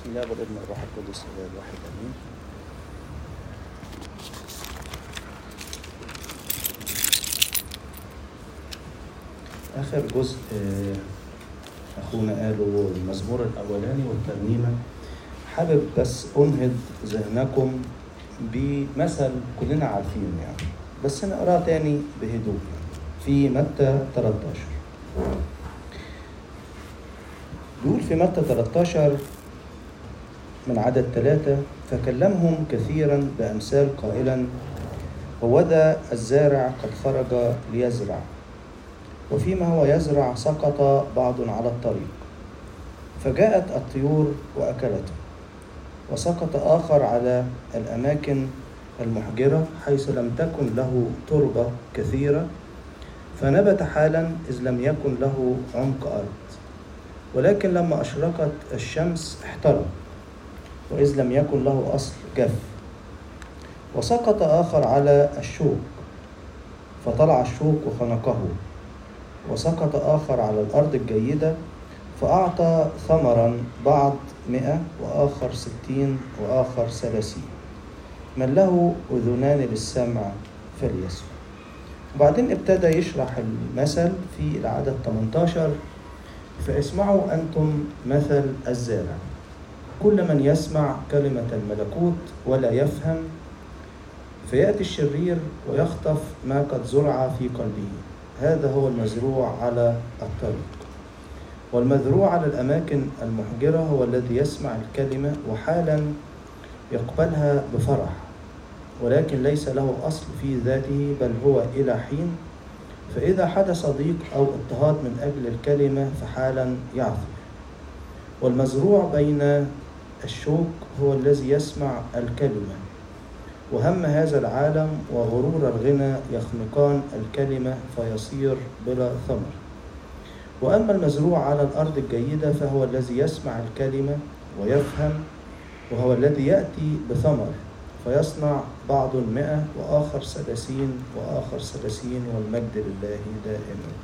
بسم الله والابن والروح القدس الاله الواحد امين. اخر جزء اخونا قاله المزمور الاولاني والترنيمه، حابب بس انهض ذهنكم بمثل كلنا عارفينه يعني، بس انا اقراه تاني بهدوء في متى 13. بيقول في متى 13 من عدد 3: فكلمهم كثيرا بأمثال قائلا: هوذا الزارع قد خرج ليزرع، وفيما هو يزرع سقط بعض على الطريق، فجاءت الطيور وأكلته، وسقط آخر على الأماكن المحجرة حيث لم تكن له تربة كثيرة، فنبت حالا إذ لم يكن له عمق أرض، ولكن لما أشرقت الشمس احترق، وإذ لم يكن له أصل جف. وسقط آخر على الشوك، فطلع الشوك وخنقه. وسقط آخر على الأرض الجيدة، فأعطى ثمرا، بعض 100 وآخر 60 وآخر 30. من له أذنان للسمع فليسمع. وبعدين ابتدى يشرح المثل في العدد 18: فاسمعوا أنتم مثل الزارع. كل من يسمع كلمة الملكوت ولا يفهم، فيأتي الشرير ويخطف ما قد زرع في قلبه. هذا هو المزروع على الطريق. والمزروع على الأماكن المحجرة هو الذي يسمع الكلمة وحالا يقبلها بفرح، ولكن ليس له أصل في ذاته، بل هو إلى حين، فإذا حدث ضيق أو اضطهاد من أجل الكلمة فحالا يعثر. والمزروع بين الشوك هو الذي يسمع الكلمة، وهم هذا العالم وغرور الغنى يخنقان الكلمة فيصير بلا ثمر. وأما المزروع على الأرض الجيدة فهو الذي يسمع الكلمة ويفهم، وهو الذي يأتي بثمر، فيصنع بعض 100 وآخر 30 وآخر 30، والمجد لله دائما.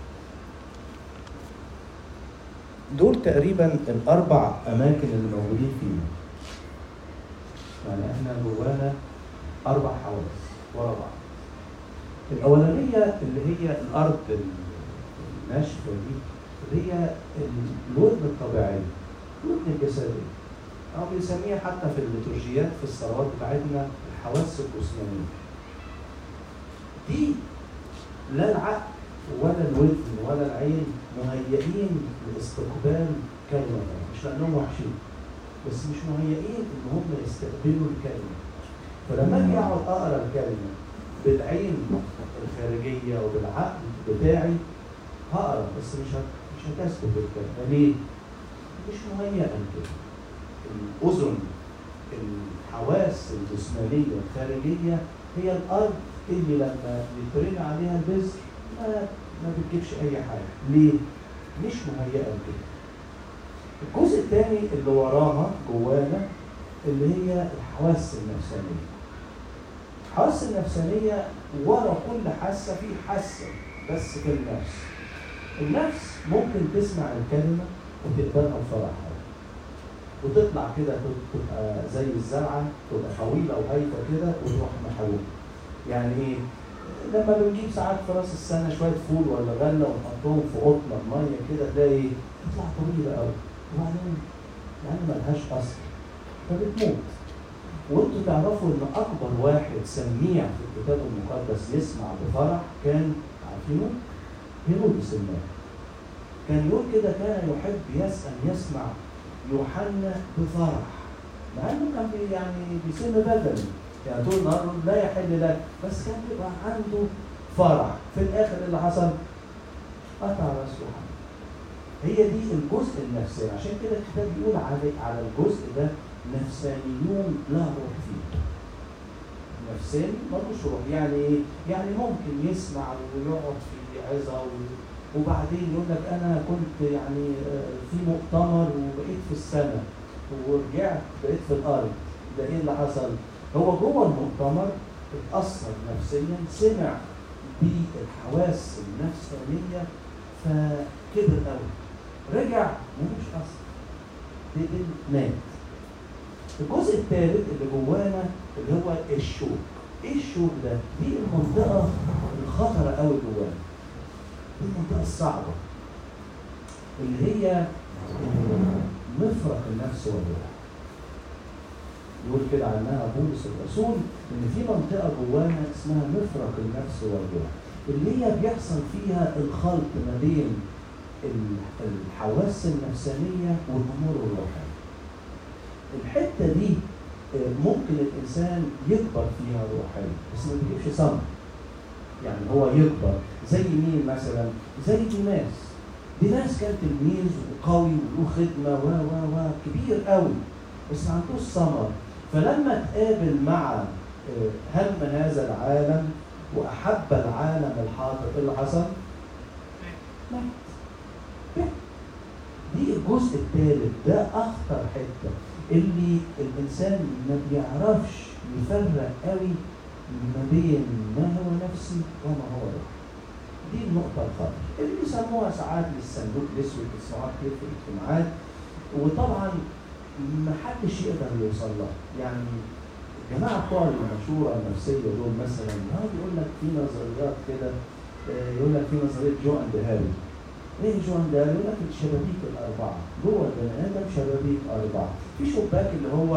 دول تقريبا الأربع أماكن اللي موجودين فينا. يعني احنا جوانا 4 حواس ورا بعض. الأولانية اللي هي الأرض الناشفة دي، اللي هي الودن الطبيعية، الودن الجسدية، أو بنسميها حتى في الليتورجيات في الصلوات بتاعتنا الحواس الجسمانية. دي لا العقل ولا الودن ولا العين مهيئين لاستقبال كلمة، مش لأنهم وحشين، بس مش مهيئين إن هم يستقبلوا الكلمة. فلما أجي أقعد أقرأ الكلمة بالعين الخارجية وبالعقل بتاعي هقرأ، بس مش هتثبت الكلمة. ليه؟ مش مهيئة كده. الأذن، الحواس الجسمانية الخارجية هي الأرض اللي لما يترمي عليها البذر ما بتجيبش أي حاجة. ليه؟ مش مهيئة كده. الجزء الثاني اللي وراها جوانا اللي هي الحواس النفسانية. الحواس النفسانية ورا كل حاسة في حاسة بس في النفس. النفس ممكن تسمع الكلمة وتقبلها بفرح، وتطلع كده تبقى زي الزرعة، تبقى طويلة وهايفة كده وتروح محولة. يعني ايه؟ لما بنجيب ساعات في راس السنة شوية فول ولا غلة ونحطهم في قطنة بمية كده، تلاقي تطلع طويلة قوي، وبعدين يعني ملهاش أصل فبتموت. وانتوا تعرفوا ان أكبر واحد سميع في الكتاب المقدس يسمع بفرح كان عارفينه؟ هيرودس الملك. كان يقول كده: كان يحب يسمع يوحنا بفرح، مع انه كان يعني بيسم بدني، يعني طول النهار لا يحل لك، بس كان بيبقى عنده فرح. في الاخر اللي حصل قطع راس يوحنا. هي دي الجزء النفسي. عشان كده الكتاب بيقول على الجزء ده نفسانيون لا روح فيه. نفساني ملوش روح. يعني ايه؟ يعني ممكن يسمع ويقعد في عظة وبعدين يقول لك أنا كنت يعني في مؤتمر وبقيت في السماء ورجعت بقيت في الأرض. ده إيه اللي حصل؟ هو جوه المؤتمر اتأثر نفسيا، سمع بالحواس النفسانية فكبر قوي، رجع ملوش أصل، مات. الجزء الثالث اللي جوانا اللي هو الشوك. ايه الشوك ده؟ دي المنطقه الخطره قوي جوانا، دي المنطقه الصعبه اللي هي مفرق النفس والروح. يقول كده عنها بولس الرسول ان في منطقه جوانا اسمها مفرق النفس والروح، اللي هي بيحصل فيها الخلط ما بين الحواس النفسانيه والامور الروحيه. الحته دي ممكن الانسان يكبر فيها روحيا بس ما بيجيبش ثمر. يعني هو يكبر زي مين مثلا؟ زي ديناس كان تلميذ وقوي وله خدمه و كبير قوي بس ما عندوش ثمر. فلما تقابل مع هم هذا العالم واحب العالم الحاضر، ايه اللي حصل؟ مات. دي الجزء الثالث، ده اخطر حته اللي الانسان ما بيعرفش يفرق قوي ما بين ما هو نفسي وما هو روحي. دي النقطه الخطر اللي بيسموها ساعات الصندوق الاسود، بيسموها كتير في الاجتماعات، وطبعا ما حدش يقدر يوصل لها. يعني الجماعه بتوع المشوره النفسيه دول مثلا بيقول لك في نظريات كده، يقول لك في نظريه جو اند هاري. ايه جو اند هاري؟ يقول لك الشبابيك الاربعه جوه البني ادم، شبابيك اربعه. في شباك اللي هو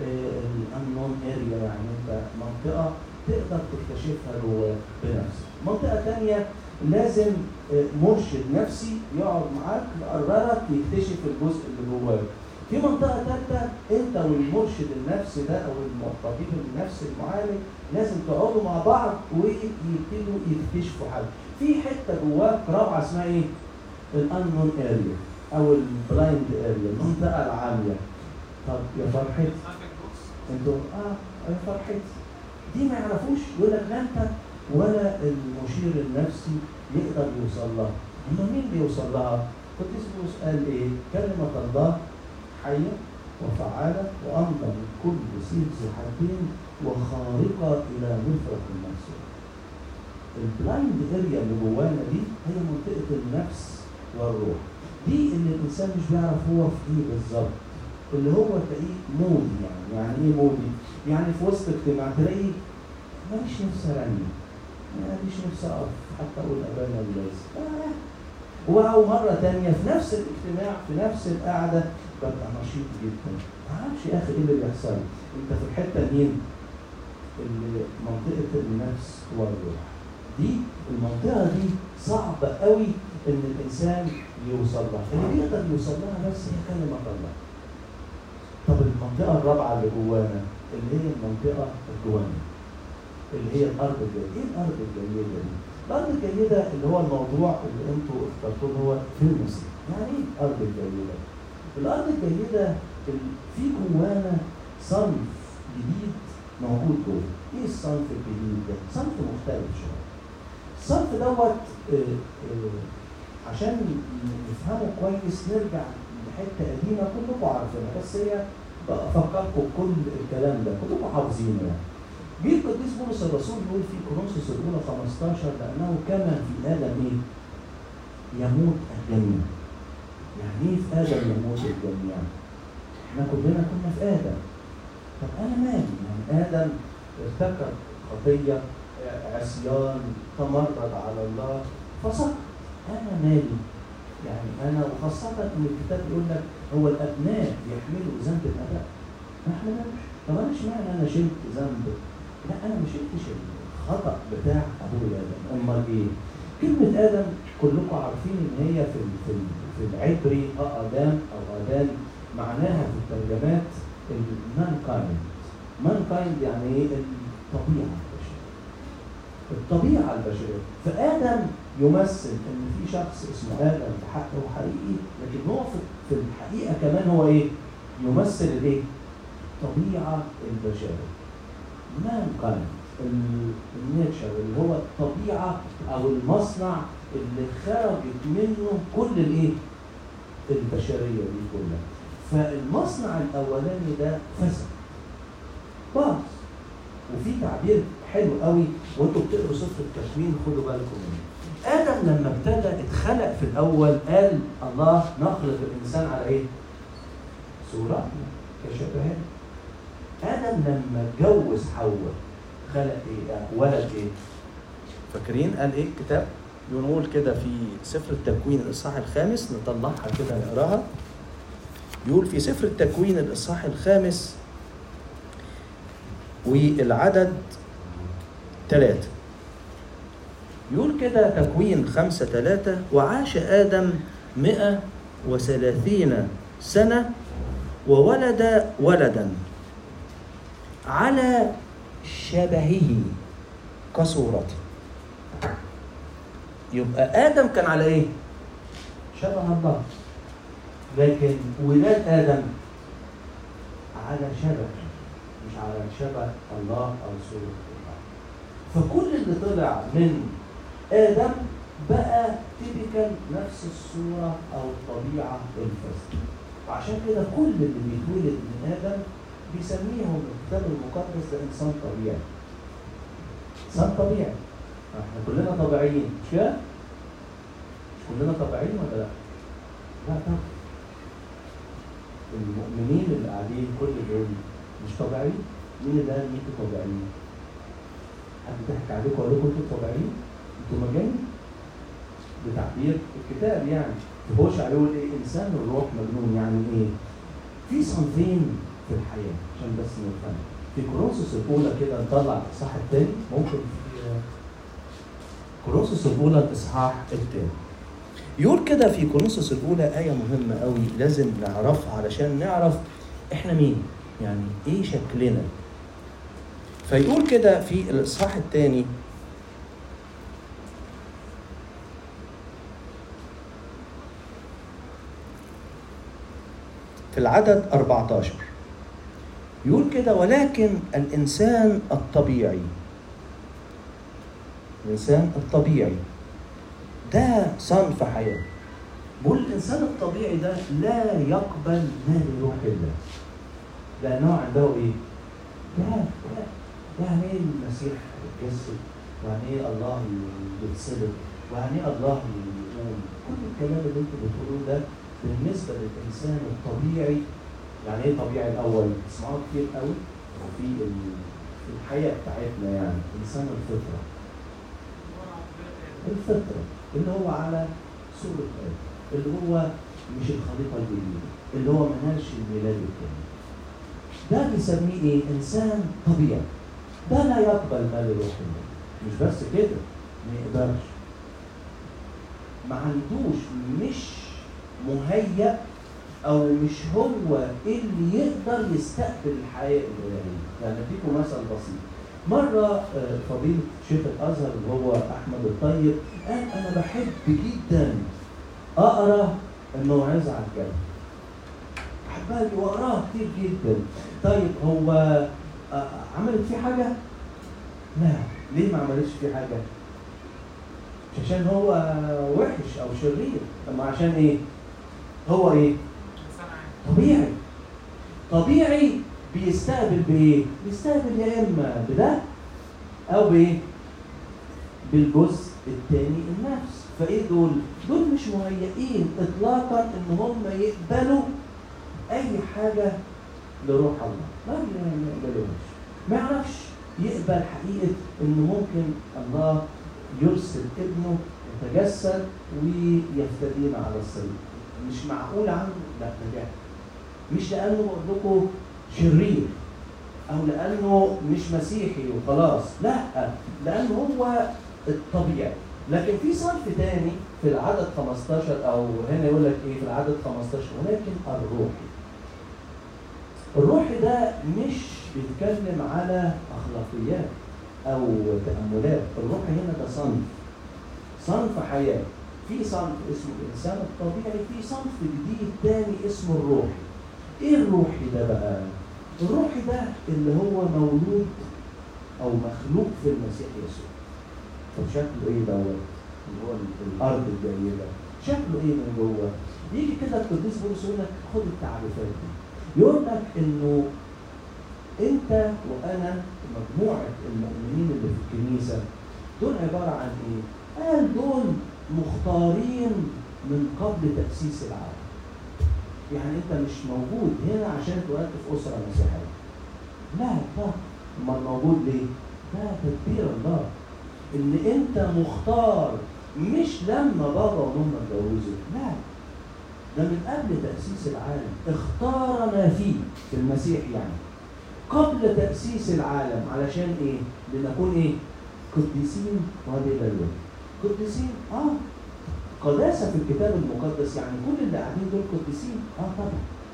الانون اريا، يعني انت منطقه تقدر تكتشفها جوه بنفسك. منطقه ثانيه لازم مرشد نفسي يقعد معاك يقررك يكتشف الجزء اللي جواك. في منطقه ثالثه انت والمرشد النفسي ده او الطبيب النفسي المعالج لازم تقعدوا مع بعض ويبتدوا يكتشفوا حاجه. في حته جواك رابعه اسمها ايه؟ الانون اريا او البلايند اريا، المنطقه العاميه. طب يا فرحتي انتوا يا فرحتي دي ما يعرفوش، يقول لك لا انت ولا المشير النفسي يقدر يوصل لها. اما مين بيوصل لها؟ قديس بولس قال ايه؟ كلمه الله حيه وفعاله وامضى من كل سيف ذو حدين وخارقه الى مفرق النفس. البلايند اريا اللي جوانا دي هي منطقه النفس والروح. دي اللي الانسان مش بيعرف هو في ايه بالظبط، اللي هو تلاقيه مودي. يعني ايه مودي؟ يعني في وسط اجتماع تلاقيه ماليش نفسي ارنم، ماليش نفسي اقف حتى اقول ابانا الذي. وبقى مرة تانية في نفس الاجتماع في نفس القعدة ببقى نشيط جدا. ما اعرفش يا اخي ايه اللي بيحصل. انت في الحتة مين؟ اللي منطقة النفس والروح. دي المنطقة دي صعبة قوي ان الانسان يوصل لها. اللي يقدر يوصل لها بس هي كلمة الله. طب المنطقة الرابعة اللي جوانا اللي هي المنطقة الجوانية اللي هي الارض الجيدة. ايه الارض الجيدة دي؟ الارض الجيدة اللي هو الموضوع اللي انتوا اخترتوه هو في المسيح. يعني ايه الارض الجيدة؟ الارض الجيدة في جوانا صنف جديد موجود جوه. ايه الصنف الجديد ده؟ صنف مختلف شوية. الصنف دوت عشان نفهمه كويس نرجع لحتة قديمة كلكم عارفينها، بس هي بفكركم بكل الكلام ده كلكم حافظينه. يعني جه القديس بولس الرسول يقول في كورنثوس الاولى 15 لانه كما في ادم ايه؟ يموت الجميع. يعني ايه في ادم يموت الجميع؟ احنا كلنا كنا في ادم. طب انا مالي؟ يعني ادم ارتكب خطيه، عصيان، تمرد على الله فسقط. انا مالي؟ يعني انا وخاصه ان الكتاب يقول لك هو الابناء يحملوا ذنب الاباء. ما احملوش. طب انا اشمعنى انا شلت ذنب؟ لا انا ما شلتش الخطا بتاع ابويا ادم. امال ايه؟ كلمه ادم كلكم عارفين ان هي في العبري ادم او ادم معناها في الترجمات المانكايند. مانكايند يعني ايه؟ الطبيعه البشريه. الطبيعه البشريه. فادم يمثل ان في شخص اسمه ادم بحقه حقيقي، لكن هو في الحقيقه كمان هو ايه؟ يمثل الايه؟ الطبيعه البشريه. مانكايند النيتشر اللي هو الطبيعه او المصنع اللي خرجت منه كل الايه؟ البشريه دي كلها. فالمصنع الاولاني ده فسد باظ. وفي تعبير حلو قوي وانتوا بتقروا سفر التكوين خدوا بالكم منه. ادم لما ابتدى اتخلق في الاول قال الله نخلق الانسان على ايه؟ صورتنا كشبهنا. آدم لما اتجوز حواء خلق ايه؟ ولد ايه؟ فاكرين قال ايه الكتاب؟ يقول كده في سفر التكوين الإصحاح 5، نطلعها كده نقراها. يقول في سفر التكوين الإصحاح 5 والعدد 3، يقول كده تكوين 5:3: وعاش آدم 130 سنة وولد ولدا على شبهه كصورته. يبقى آدم كان على إيه؟ شبه الله، لكن ولاد آدم على شبه، مش على شبه الله أو صورة الله. فكل اللي طلع من آدم بقى تبكى نفس الصورة أو الطبيعة الفاسدة. وعشان كده كل اللي بيتولد من آدم بيسميهم الكتاب المقدس ده إنسان طبيعي. إنسان طبيعي. احنا كلنا طبيعيين، مش كده؟ مش كلنا طبيعيين ولا لا؟ لا طبعا. المؤمنين اللي قاعدين كل دول مش طبيعيين. مين اللي قال ان انتوا طبيعيين؟ حد ضحك عليكم وقال لكم انتوا طبيعيين؟ انتوا مجانين؟ بتعبير الكتاب يعني. هوشع يقول ايه؟ انسان الروح مجنون. يعني ايه؟ في صنفين في الحياه عشان بس نفهم. في كورنثوس الاولى كده نطلع الاصحاح الثاني، ممكن في كورنثوس الاولى الاصحاح الثاني. يقول كده في كورنثوس الاولى ايه مهمه قوي لازم نعرفها علشان نعرف احنا مين، يعني ايه شكلنا. فيقول كده في الاصحاح الثاني في العدد 14، يقول كده: ولكن الإنسان الطبيعي، الإنسان الطبيعي ده صنف حياة. بقول الإنسان الطبيعي ده لا يقبل ما لروح الله، لأنه عنده إيه؟ لا يعني إيه المسيح يتجسد؟ ويعني إيه الله يتصلب؟ ويعني إيه الله يقوم؟ كل الكلام اللي أنتوا بتقولوه ده بالنسبة للإنسان الطبيعي. يعني إيه طبيعي الأول؟ اسمعوا كتير قوي وفي الحياة بتاعتنا، يعني إنسان الفطرة. الفطرة اللي هو على صورة الله، اللي هو مش الخليقة الجديدة، اللي هو منهاش الميلاد الثاني. ده بيسميه إيه؟ إنسان طبيعي. ده لا يقبل ما لروح الله. مش بس كده، ما يقدرش، ما عندوش، مش مهيأ أو مش هو اللي يقدر يستقبل الحياة الإلهية. يعني أديكم مثل بسيط. مرة فضيلة شيخ الأزهر اللي هو أحمد الطيب قال: أنا بحب جدا أقرأ الموعظة على الجبل. أحبها وأقراها كتير جدا. طيب هو عملت فيه حاجة؟ لا. ليه ما عملتش فيه حاجة؟ مش عشان هو وحش أو شرير، أما عشان إيه؟ هو إيه؟ طبيعي. طبيعي بيستقبل بإيه؟ بيستقبل يا إما بده أو بإيه؟ بالجزء الثاني النفس. فإيه دول؟ دول مش مهيئين إطلاقا إن هم يقبلوا أي حاجة لروح الله. ما يقبلوهاش. ما يعرفش يقبل حقيقة إن ممكن الله يرسل ابنه يتجسد ويفتدينا على الصليب. مش معقول عنه. لا ده مش لأنه بقول لكم شرير أو لأنه مش مسيحي وخلاص، لا، لأنه هو الطبيعي. لكن في صنف تاني في العدد 15، أو هنا يقول لك إيه في العدد 15: ولكن الروحي. الروحي ده مش بيتكلم على أخلاقيات أو تأملات. الروحي هنا ده صنف حياة. في صنف اسمه الإنسان الطبيعي، في صنف جديد تاني اسمه الروحي. إيه الروحي ده بقى؟ الروحي ده اللي هو مولود أو مخلوق في المسيح يسوع. طب شكله إيه دوت؟ اللي هو الأرض الجيدة، شكله إيه من جوه؟ يجي كده القديس بولس يقول لك خد التعريفات دي. يقول لك إنه أنت وأنا مجموعة المؤمنين اللي في الكنيسة دول عبارة عن إيه؟ قال دول مختارين من قبل تأسيس العالم. يعني أنت مش موجود هنا عشان تولد في أسرة مسيحية. لا ما موجود ليه؟ ده تدبير الله. ان انت مختار، مش لما بابا وماما اتجوزوا، لا، ده من قبل تأسيس العالم اختارنا فيه في المسيح، يعني قبل تأسيس العالم. علشان ايه؟ لنكون ايه؟ قديسين وبلا. قديسين قداسة في الكتاب المقدس، يعني كل اللي قاعدين دول قديسين؟ طبعا.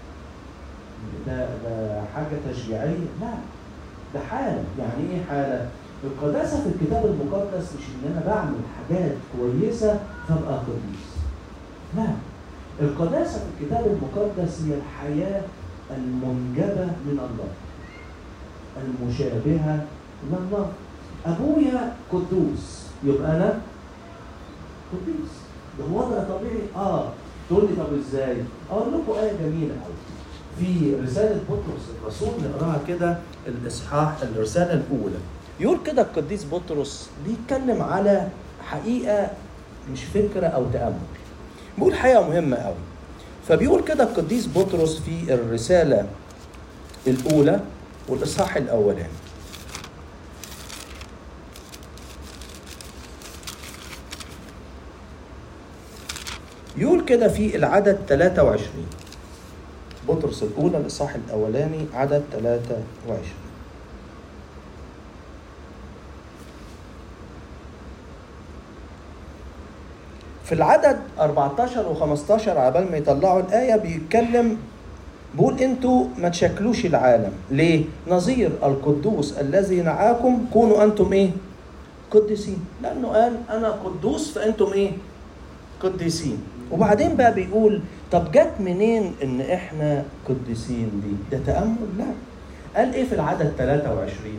ده حاجة تشجيعية؟ لا، ده حالة. يعني ايه حالة؟ القداسة في الكتاب المقدس مش ان انا بعمل حاجات كويسة فابقى قديس. لا، القداسة في الكتاب المقدس هي الحياة المنجبة من الله، المشابهة لله. ابويا قدوس يبقى انا قديس. ده وضع طبيعي. تقول لي طب ازاي؟ اقول لكم آية جميلة قوي في رسالة بطرس الرسول، نقراها كده، الرسالة الأولى. يقول كده القديس بطرس بيتكلم على حقيقة، مش فكرة أو تأمل، بيقول حقيقة مهمة قوي. فبيقول كده القديس بطرس في الرسالة الأولى والإصحاح الأولاني، يقول كده في العدد 23، بطرس الأولى الإصحاح الأولاني عدد 23. في العدد 14 و15 عبال ما يطلعوا الآية بيتكلم، بيقول انتوا ما تشكلوش العالم. ليه؟ نظير القدوس الذي نعاكم كونوا أنتم إيه؟ قديسين. لأنه قال أنا قدوس فأنتم إيه؟ قديسين. وبعدين بقى بيقول طب جت منين إن إحنا قديسين دي؟ ده تأمل؟ لا. قال إيه في العدد 23؟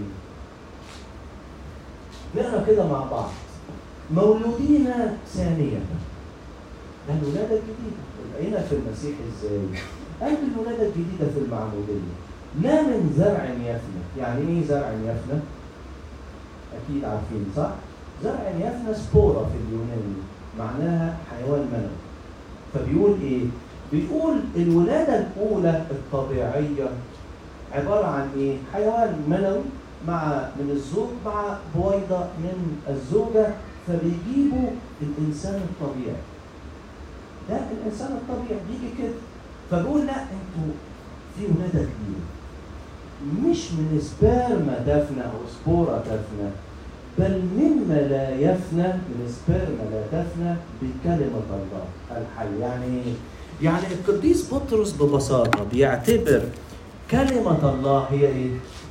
نقرأ كده مع بعض. مولودين ثانية. ده الولادة الجديدة. لقينا في المسيح إزاي؟ قال الولادة الجديدة في المعمودية لا من زرع يفنى. يعني إيه زرع يفنى؟ أكيد عارفين صح؟ زرع يفنى سبورة في اليوناني، معناها حيوان منوي. فبيقول إيه؟ بيقول الولادة الأولى الطبيعية عبارة عن إيه؟ حيوان منوي من الزوج مع بويضة من الزوجة، فبيجيبوا الإنسان الطبيعي. ده الإنسان الطبيعي بيجي كده. فبقول لا، انتوا في ولادة جديدة، مش من سبيرما تفنى أو سبورة تفنى، بل مما لا يفنى، من سبيرما لا تفنى بكلمة الله الحي. يعني القديس بطرس ببساطة بيعتبر كلمة الله هي إيه؟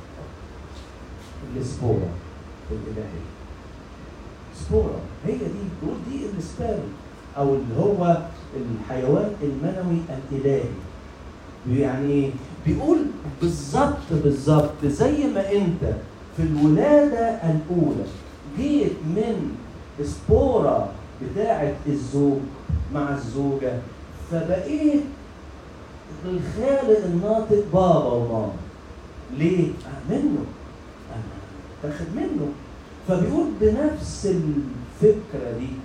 السبورة الإلهية. سبورة هي دي، بيقول دي السبيرم أو اللي هو الحيوان المنوي الإلهي. يعني بيقول بالظبط زي ما أنت في الولادة الأولى جيت من سبورة بتاعة الزوج مع الزوجة، فبقيت الخالق الناطق بابا وماما. ليه؟ منه، تاخد منه. فبيقول بنفس الفكرة دي،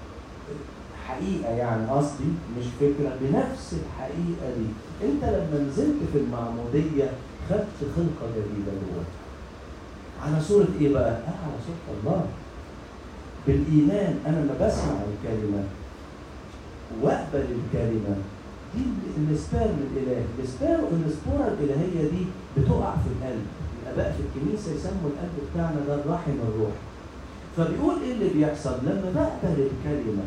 حقيقة يعني قصدي مش فكرة، بنفس الحقيقة دي انت لما نزلت في المعمودية خدت خلقة جديدة جواك. على صورة ايه بقى؟ على صورة الله. بالإيمان أنا لما بسمع الكلمة وأقبل الكلمة دي السبيرم الإلهي. السبورة الإلهية دي بتقع في القلب. الآباء في الكنيسة يسموا القلب بتاعنا ده الرحم الروحي. فبيقول إيه اللي بيحصل لما بقبل الكلمة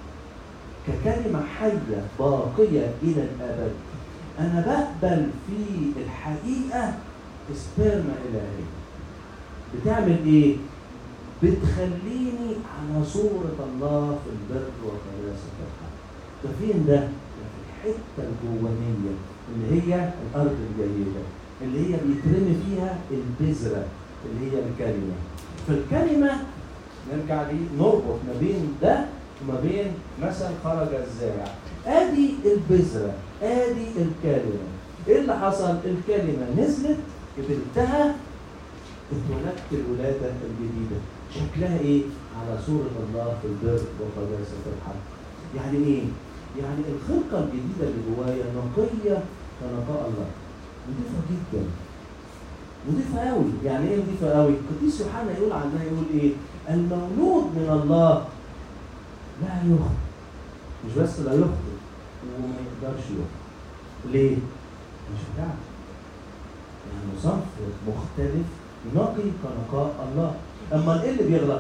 ككلمة حية باقية إلى الأبد؟ أنا بقبل في الحقيقة سبيرما إلهية. بتعمل إيه؟ بتخليني على صورة الله في البر وقداسة الحق. ده فين ده؟ في الحتة الجوانية اللي هي الأرض الجيدة، اللي هي بيترمي فيها البذرة اللي هي الكلمة. فالكلمة نرجع لي نربط ما بين ده وما بين مثلا خرج الزارع. ادي البذرة، ادي الكلمة. ايه اللي حصل؟ الكلمة نزلت، قبلتها، اتولدت الولادة الجديدة. شكلها ايه؟ على صورة الله في البر وقداسة الحق. يعني ايه؟ يعني الخلقة الجديدة اللي جوايا نقية كنقاء الله، نضيفة جدا. نضيفة قوي. يعني ايه نضيفة قوي؟ القديس يوحنا يقول عنها، يقول ايه؟ المولود من الله لا يخطئ. مش بس لا يخطئ، وما يقدرش يخطئ. ليه؟ مش بتاعه. يعني صنف مختلف نقي كنقاء الله. اما ايه اللي بيغلط؟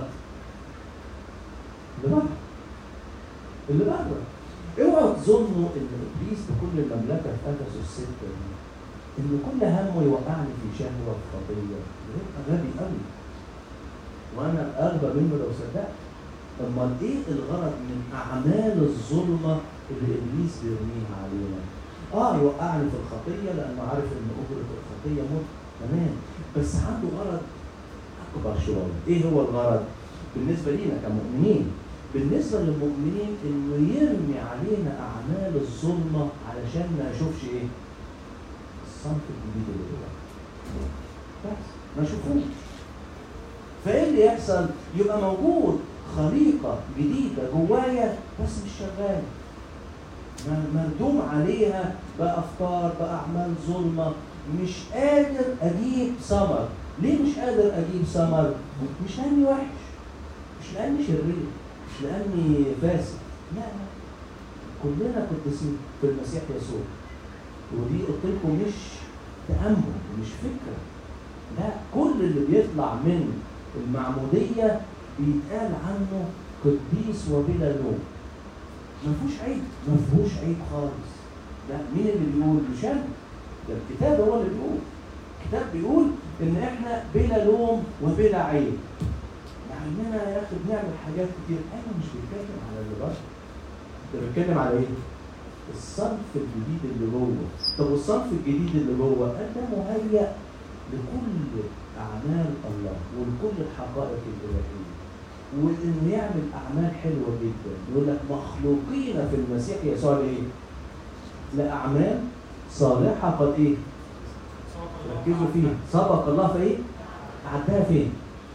اللي بره. اللي بره. اوعوا تظنوا ان ابليس بكل المملكه في افسس 6 دي ان كل همه يوقعني في شهوه في خطيه. يبقى غبي قوي، وانا اغبى منه لو صدقت. امال ايه الغرض من اعمال الظلمه اللي ابليس بيرميها علينا؟ يوقعني في الخطيه لانه عارف ان اجره الخطيه موت، تمام، بس عنده غرض اكبر شويه. ايه هو الغرض؟ بالنسبه لينا كمؤمنين، بالنسبه للمؤمنين انه يرمي علينا اعمال الظلمه علشان ما اشوفش ايه؟ الصنف الجديد اللي جواه. بس ما اشوفوش. فايه اللي يحصل؟ يبقى موجود خليقه جديده جوايا بس مش شغاله، مردوم عليها بافكار باعمال ظلمه، مش قادر اجيب ثمر. ليه مش قادر اجيب ثمر؟ مش لاني وحش، مش لاني شرير، مش لاني فاسد، لا لا، كلنا قديسين في المسيح يسوع. ودي قلت لكم مش تامل، مش فكره، لا، كل اللي بيطلع من المعموديه بيتقال عنه قديس وبلا لوم. ما فيهوش عيب، ما فيهوش عيب خالص. لا، مين اللي بيقول؟ مش انا، ده الكتاب هو اللي بيقول. الكتاب بيقول ان احنا بلا لوم وبلا عيب. مع اننا يا اخي بنعمل حاجات كتير. انا مش بتكلم على اللي بره، انت بتتكلم على ايه؟ الصنف الجديد اللي جوه. طب والصنف الجديد اللي جوه ده مهيأ لكل اعمال الله ولكل الحقائق الالهيه، وانه يعمل اعمال حلوه جدا. يقول لك مخلوقين في المسيح يسوع ايه؟ لاعمال صالحه قد ايه؟ ركزوا فيها. سبق الله في ايه؟ عدها فين؟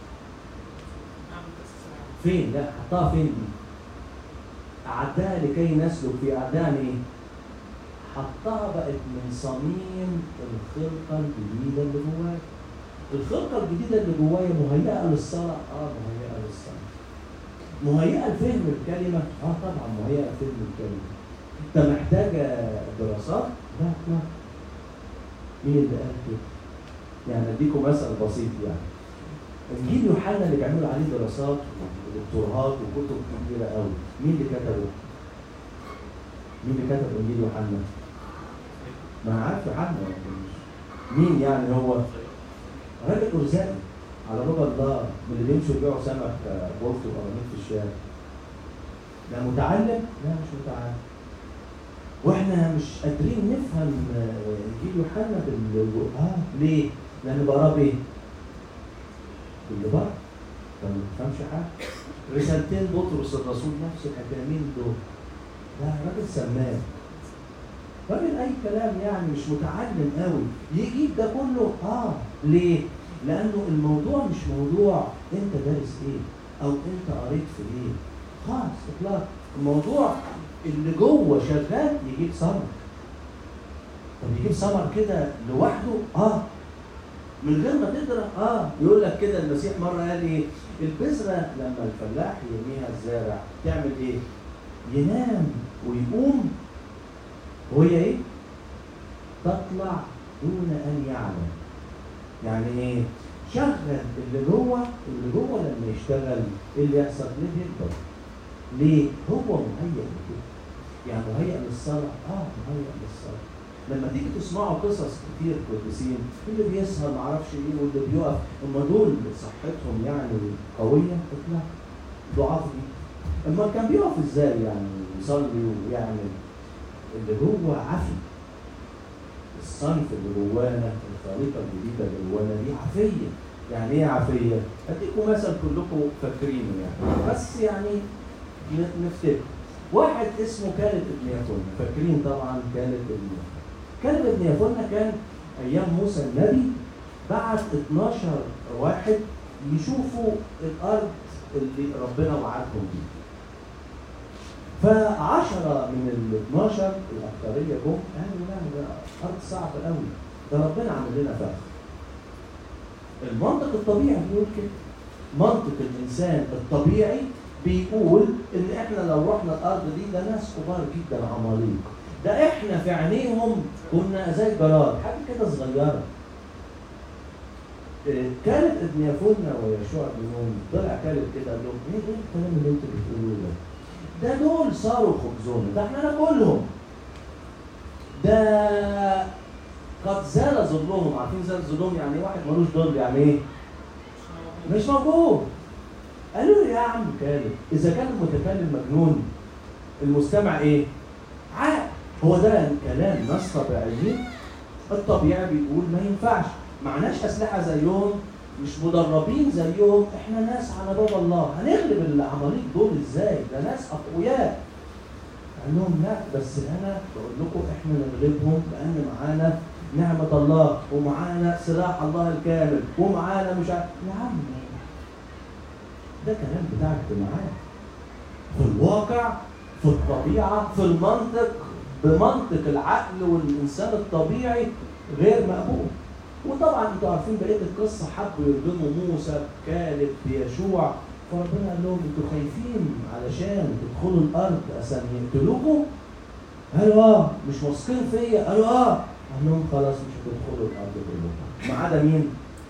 فين؟ لا، حطها فين دي؟ أعدها لكي نسلك في أعدان إيه؟ حطها بقت من صميم الخلقة الجديدة اللي جوايا. الخلقة الجديدة اللي جوايا مهيئة للصلاة؟ مهيئة للصلاة. مهيئة لفهم الكلمة؟ طبعا مهيئة لفهم الكلمة. أنت محتاجة دراسات؟ لا. مين اللي قال كده؟ يعني أديكم مثل بسيط. يعني إنجيل يوحنا اللي بيعملوا عليه دراسات ودكتوراه وكتب كبيرة قوي، مين اللي كتبه؟ مين اللي كتب إنجيل يوحنا؟ ما عارف يوحنا مين يعني؟ هو راجل أرزاقي على باب الله، من اللي بيمشوا يبيعوا سمك بولت وقراميط في الشارع. ده متعلم؟ لا، مش متعلم. واحنا مش قادرين نفهم إنجيل يوحنا ليه؟ لأن بقراه بإيه؟ باللي بره، ما بتفهمش حاجه. رسالتين بطرس الرسول نفس الحكامين دول، ده راجل سمان، راجل اي كلام، يعني مش متعلم قوي، يجيب ده كله. ليه؟ لانه الموضوع مش موضوع انت دارس ايه او انت قريت في ايه خالص اطلاق. الموضوع اللي جوه شغال يجيب ثمر. طب يجيب ثمر كده لوحده؟ من غير ما تقدر. يقول لك كده المسيح مره قال ايه؟ البذره لما الفلاح يرميها الزارع تعمل ايه؟ ينام ويقوم وهي ايه؟ تطلع دون ان يعلم. يعني ايه؟ شغل اللي جوه لما يشتغل ايه اللي يحصل؟ ليه يكبر؟ ليه؟ هو مهيئ لكده. يعني مهيئ للصلاه؟ مهيئ للصلاه. لما تيجي تسمعوا قصص كتير قديسين، اللي بيسهر معرفش ايه واللي بيقف، اما دول صحتهم يعني قويه؟ اطلع ضعاف دي. اما كان بيقف ازاي يعني يصلي ويعمل؟ اللي جوه عافي. الصنف اللي جوانا، الخليقه الجديده اللي جوانا دي عافيه. يعني ايه عافيه؟ اديكم مثل كلكم فاكرينه يعني، بس يعني نفتكر. واحد اسمه كالب ابن يفنة، فاكرين طبعا كالب ابن يفنة. كالب ابن يفنة كان ايام موسى النبي بعت 12 واحد يشوفوا الارض اللي ربنا وعدهم بيها. ف10 من ال 12 الاكثريه جم قالوا لا، ده ارض صعبه قوي، ده ربنا عامل لنا فخ. المنطق الطبيعي بيقول كده. منطق الانسان الطبيعي بيقول ان احنا لو رحنا الارض دي ده ناس كبار جدا عماليق، ده احنا في عينيهم كنا زي الجراد، حاجه كده صغيره. كالب ابن يفونة ويشوع بن نون طلع كالب كده قال لهم ايه الكلام اللي انتوا بتقولوه ده؟ ده دول صاروا خبزونا، ده احنا ناكلهم، ده قد زال ظلهم. عارفين زال ظلهم يعني واحد ملوش ظل يعني ايه؟ مش موجود. قالوا لي يا عم كالب اذا كان المتكلم مجنون المستمع ايه؟ عاقل. هو ده كلام ناس طبيعيين، الطبيعي بيقول ما ينفعش، معناش اسلحه زيهم، مش مدربين زيهم، احنا ناس على باب الله، هنغلب العماليق دول ازاي؟ ده ناس اقوياء. قال لهم لا بس انا بقول لكم احنا نغلبهم لان معانا نعمه الله ومعانا سلاح الله الكامل ومعانا مش عارف. يا عم ده كلام بتاع اجتماعات، في الواقع في الطبيعه في المنطق بمنطق العقل والانسان الطبيعي غير مقبول. وطبعا انتوا عارفين بقيه القصه، حبوا يردموا موسى كالب بيشوع، فربنا قال لهم انتوا خايفين علشان تدخلوا الارض عشان يقتلوكم؟ قالوا مش واثقين فيا؟ قالوا قال لهم خلاص مش هتدخلوا الارض كلكم ما عدا مين؟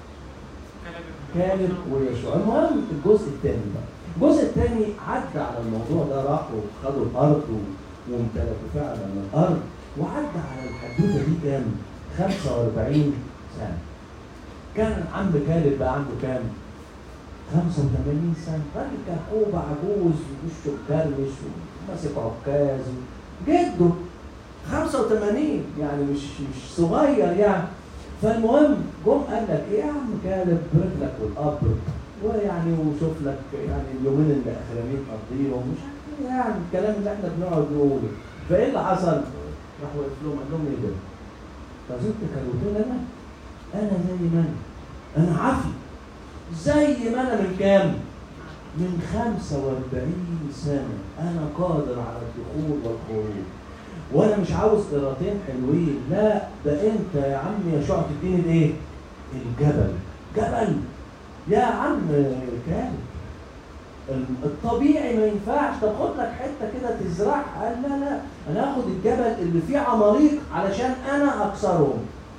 كالب ويشوع. المهم الجزء الثاني بقى، الجزء الثاني عدى على الموضوع ده، راحوا خدوا الارض وامتلكوا فعلا الارض، وعدى على الحدوته دي كام؟ 45 سنه. كان عم كالب بقى عنده كام؟ 85 سنه، راجل كحوبه عجوز ووشه مكرمش وماسك عكاز، جده 85 يعني مش صغير يعني. فالمهم جم قال لك ايه يا عم كالب رجلك والقبر ويعني وشوف لك يعني اليومين اللي اخرانيين قضيهم مش عارف يعني الكلام اللي احنا بنقعد نقوله. فايه اللي حصل؟ راح وقف لهم قال لهم ايه ده؟ فزدت كلمتين انا زي ما انا عافي زي ما انا من كام؟ من 45 سنه انا قادر على الدخول والخروج، وانا مش عاوز قراطين حلوين، لا ده انت يا عم يا شوع تديني الايه؟ الجبل. جبل يا عم كالب، الطبيعي ما ينفعش. طب خد لك حته كده تزرعها. قال لا انا هاخد الجبل اللي فيه عماليق علشان انا اكسرهم.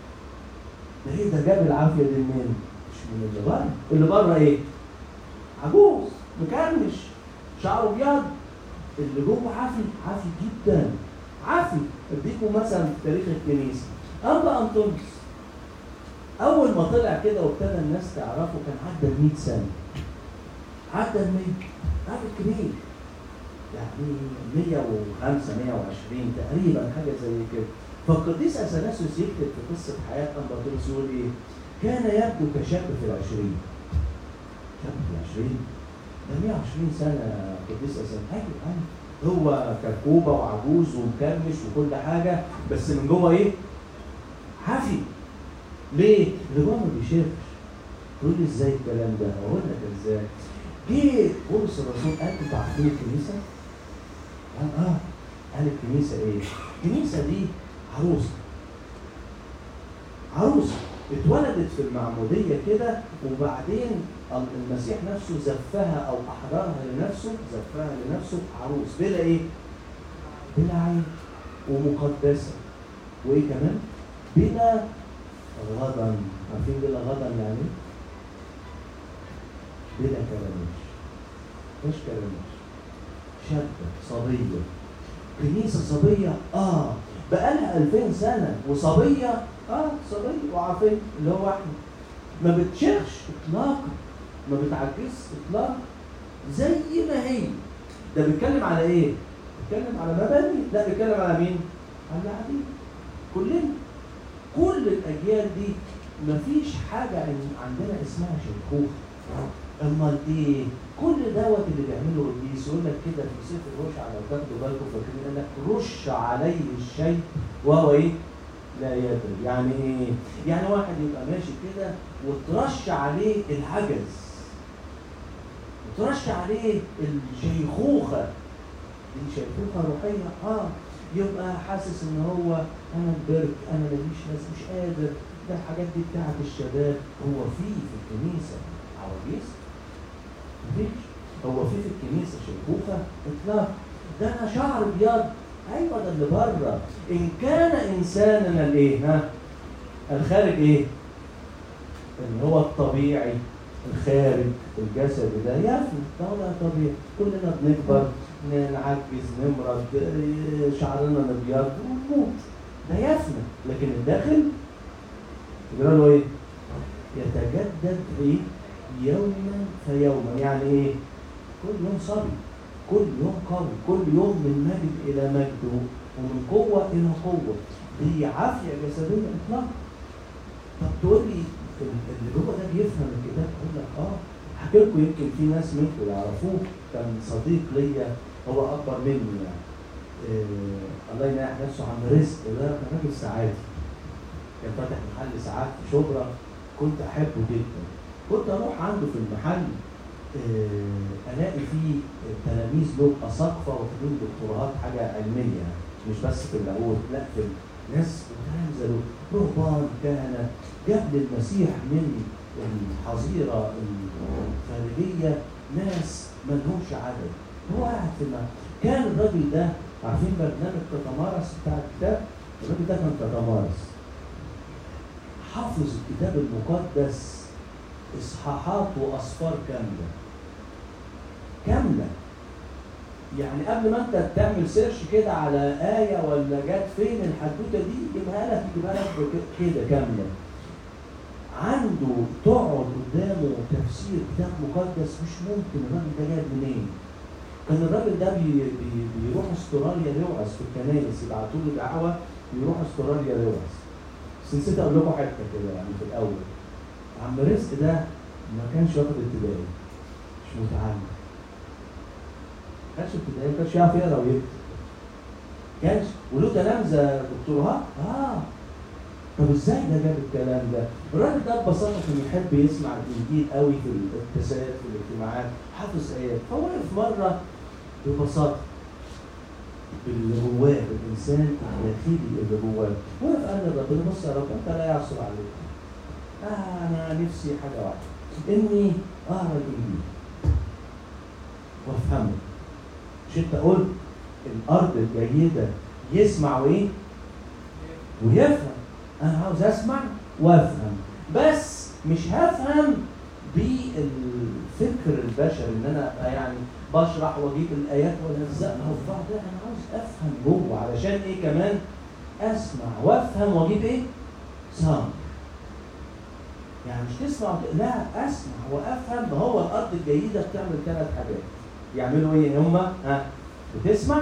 ده ايه ده؟ جاب العافيه دي منين؟ مش من اللي بره. اللي بره ايه؟ عجوز مكرمش شعره ابيض، اللي جوه عافي جدا عافي. اديكم مثلا في تاريخ الكنيسه انبا انطونيوس اول ما طلع كده وابتدى الناس تعرفه كان عدى 100 سنه، عدى 100 راجل كبير يعني 105 120 تقريبا حاجه زي كده. فالقديس اثناسيوس يكتب في قصه حياه انبا انطونيوس يقول ايه؟ كان يبدو كشاب في العشرين. شاب في العشرين؟ ده 120 سنه قديس اثناسيوس. هو كركوبه وعجوز ومكرمش وكل حاجه، بس من جوه ايه؟ حافي. ليه؟ اللي جوه ما بيشافش. تقول لي ازاي الكلام ده؟ اقول لك ازاي. جه بولس الرسول قال انتوا عارفين الكنيسه؟ قال الكنيسه ايه؟ الكنيسه دي عروسه اتولدت في المعموديه كده، وبعدين المسيح نفسه زفها او احضرها لنفسه، زفها لنفسه عروس بلا ايه؟ بلا عين، ومقدسه، وايه كمان؟ بلا غضن. عارفين بلا غضن يعني؟ بلا كراميش. مش كراميش، شابه صبيه. كنيسه صبيه بقالها 2000 سنه وصبيه صبيه وعافيه اللي هو احنا. ما بتشيخش اطلاقا، ما بتعجزش اطلاقا، زي ما هي. ده بيتكلم على ايه؟ بيتكلم على مباني؟ لا بيتكلم على مين؟ على العبيد. كلنا كل الاجيال دي مفيش حاجه عندنا اسمها شيخوخه. امال ايه؟ كل دوت اللي بيعمله القديس يقول لك كده في سفر الرشع، لو تاخدوا بالكم فاكرين يقول لك رش عليه الشيء وهو ايه؟ لا يدري. يعني ايه؟ يعني واحد يبقى ماشي كده وترش عليه العجز، وترش عليه الشيخوخه. دي شيخوخه روحيه. يبقى حاسس ان هو انا كبرت، انا ماليش ناس، مش قادر، ده الحاجات دي بتاعت الشباب. هو في الكنيسه عواجيز؟ مفيش. هو في الكنيسه شيخوخه؟ اطلاق. ده انا شعر ابيض، ايوه ده اللي بره. ان كان انساننا الايه الخارج ايه؟ اللي هو الطبيعي الخارج الجسدي ده يفنى، ده طبيعي، كلنا بنكبر، نعجز، نمرض، شعرنا نبيض ونموت، ده يفنى. لكن الداخل يقول له ايه؟ يتجدد ايه؟ يوما فيوما. يعني ايه؟ كل يوم صبي، كل يوم قوي، كل يوم من مجد الى مجد ومن قوه الى قوه. دي عافيه جسديه اطلاقا. طب تقول لي اللي هو ده بيفهم الكتاب؟ اقول لك احكي لكم، يمكن في ناس منكم يعرفوه. كان صديق ليا، هو اكبر مني يعني، الله ينيح نفسه، عم رزق ده كان راجل ساعاتي، كان فاتح محل ساعات في شبرا، كنت احبه جدا. كنت اروح عنده في المحل الاقي فيه تلاميذ له اساقفه واخدين دكتوراه حاجه علميه يعني، مش بس في اللاهوت، لا في ناس وتلامذه له رهبان كهنه، جاب للمسيح من الحظيره الخارجيه ناس ما لهمش عدد. هو قاعد في المحل. كان الراجل ده، عارفين برنامج تتمارس بتاع الكتاب؟ الراجل ده كان تتمارس، حافظ الكتاب المقدس اصحاحات واصفار كامله. يعني قبل ما انت تعمل سيرش كده على آية ولا جت فين الحدوته دي، يجيبها لك كده كامله. عنده تقعد قدامه تفسير كتاب مقدس مش ممكن. الراجل ده جايب منين؟ كان الراجل ده بيروح استراليا يوعظ في الكنائس، يبعتوا له دعوه يروح استراليا يوعظ. بس نسيت اقول لكم حته كده يعني في الاول. عم رزق ده ما كانش واخد ابتدائي، مش متعلم، ما كانش ابتدائي، ما كانش يعرف يقرا ويكتب، كانش، وله تلامذه دكتوراه. طب ازاي ده جاب الكلام ده؟ الراجل ده ببساطه كان يحب يسمع الانجيل قوي في القداسات في الاجتماعات، حافظ ايات. فوقف مره ببساطه بالجواه، بالانسان الداخلي اللي جواه، وقف قال لربنا بص يا رب انت لا يعصر عليك، انا نفسي حاجه واحده، اني اقرا الانجيل وافهمه. مش انت قلت الارض الجيده يسمع وايه؟ ويفهم. انا عاوز اسمع وافهم، بس مش هفهم بالفكر البشري ان انا ابقى يعني بشرح واجيب الايات والزقها في بعض. لا، انا عاوز افهم جوه، علشان ايه كمان؟ اسمع وافهم واجيب ايه؟ صام. يعني مش تسمع لا، اسمع وافهم. ما هو الارض الجيده بتعمل 3 حاجات. يعملوا ايه هما؟ بتسمع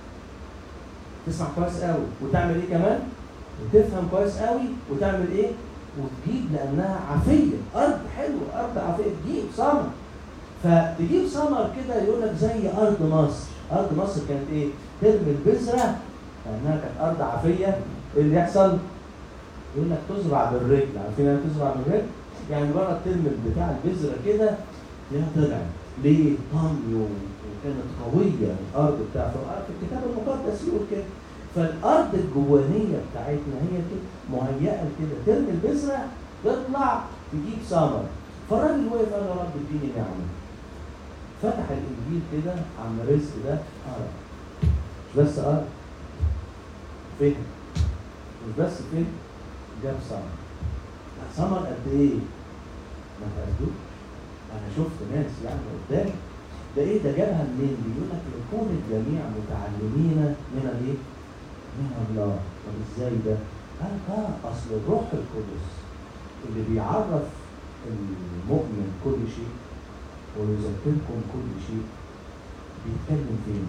كويس قوي، وتعمل ايه كمان؟ وتفهم كويس قوي، وتعمل ايه؟ وتجيب، لانها عافيه، ارض حلوه، ارض عافيه، تجيب ثمر. فتجيب ثمر كده يقول لك زي ارض مصر. ارض مصر كانت ايه؟ ترمي البذره، لانها كانت ارض عافيه. ايه اللي يحصل؟ يقول لك تزرع بالرجل. عارفين يعني تزرع بالرجل؟ يعني مجرد ترمي بتاع البذره كده تلاقيها طلعت. ليه؟ طمي وكانت قويه الارض بتاعته. في الكتاب المقدس يقول كده. فالارض الجوانيه بتاعتنا هي كده مهيئه كده، ترمي البذره تطلع تجيب ثمر. فالراجل وقف قال يا رب اديني نعمه. فتح الانجيل كده، عم رزق ده قرا، مش بس قرا، فهم، مش بس فهم، جاب ثمر قد ايه؟ ما تقدوش. انا شفت ناس يعني قدامي، ده ايه ده جابها منين؟ بيقول لك يكون الجميع متعلمين من الايه؟ من الله. طب ازاي ده؟ قال اصل الروح القدس اللي بيعرف المؤمن كل شيء ويذكركم كل شيء بيتكلم فين؟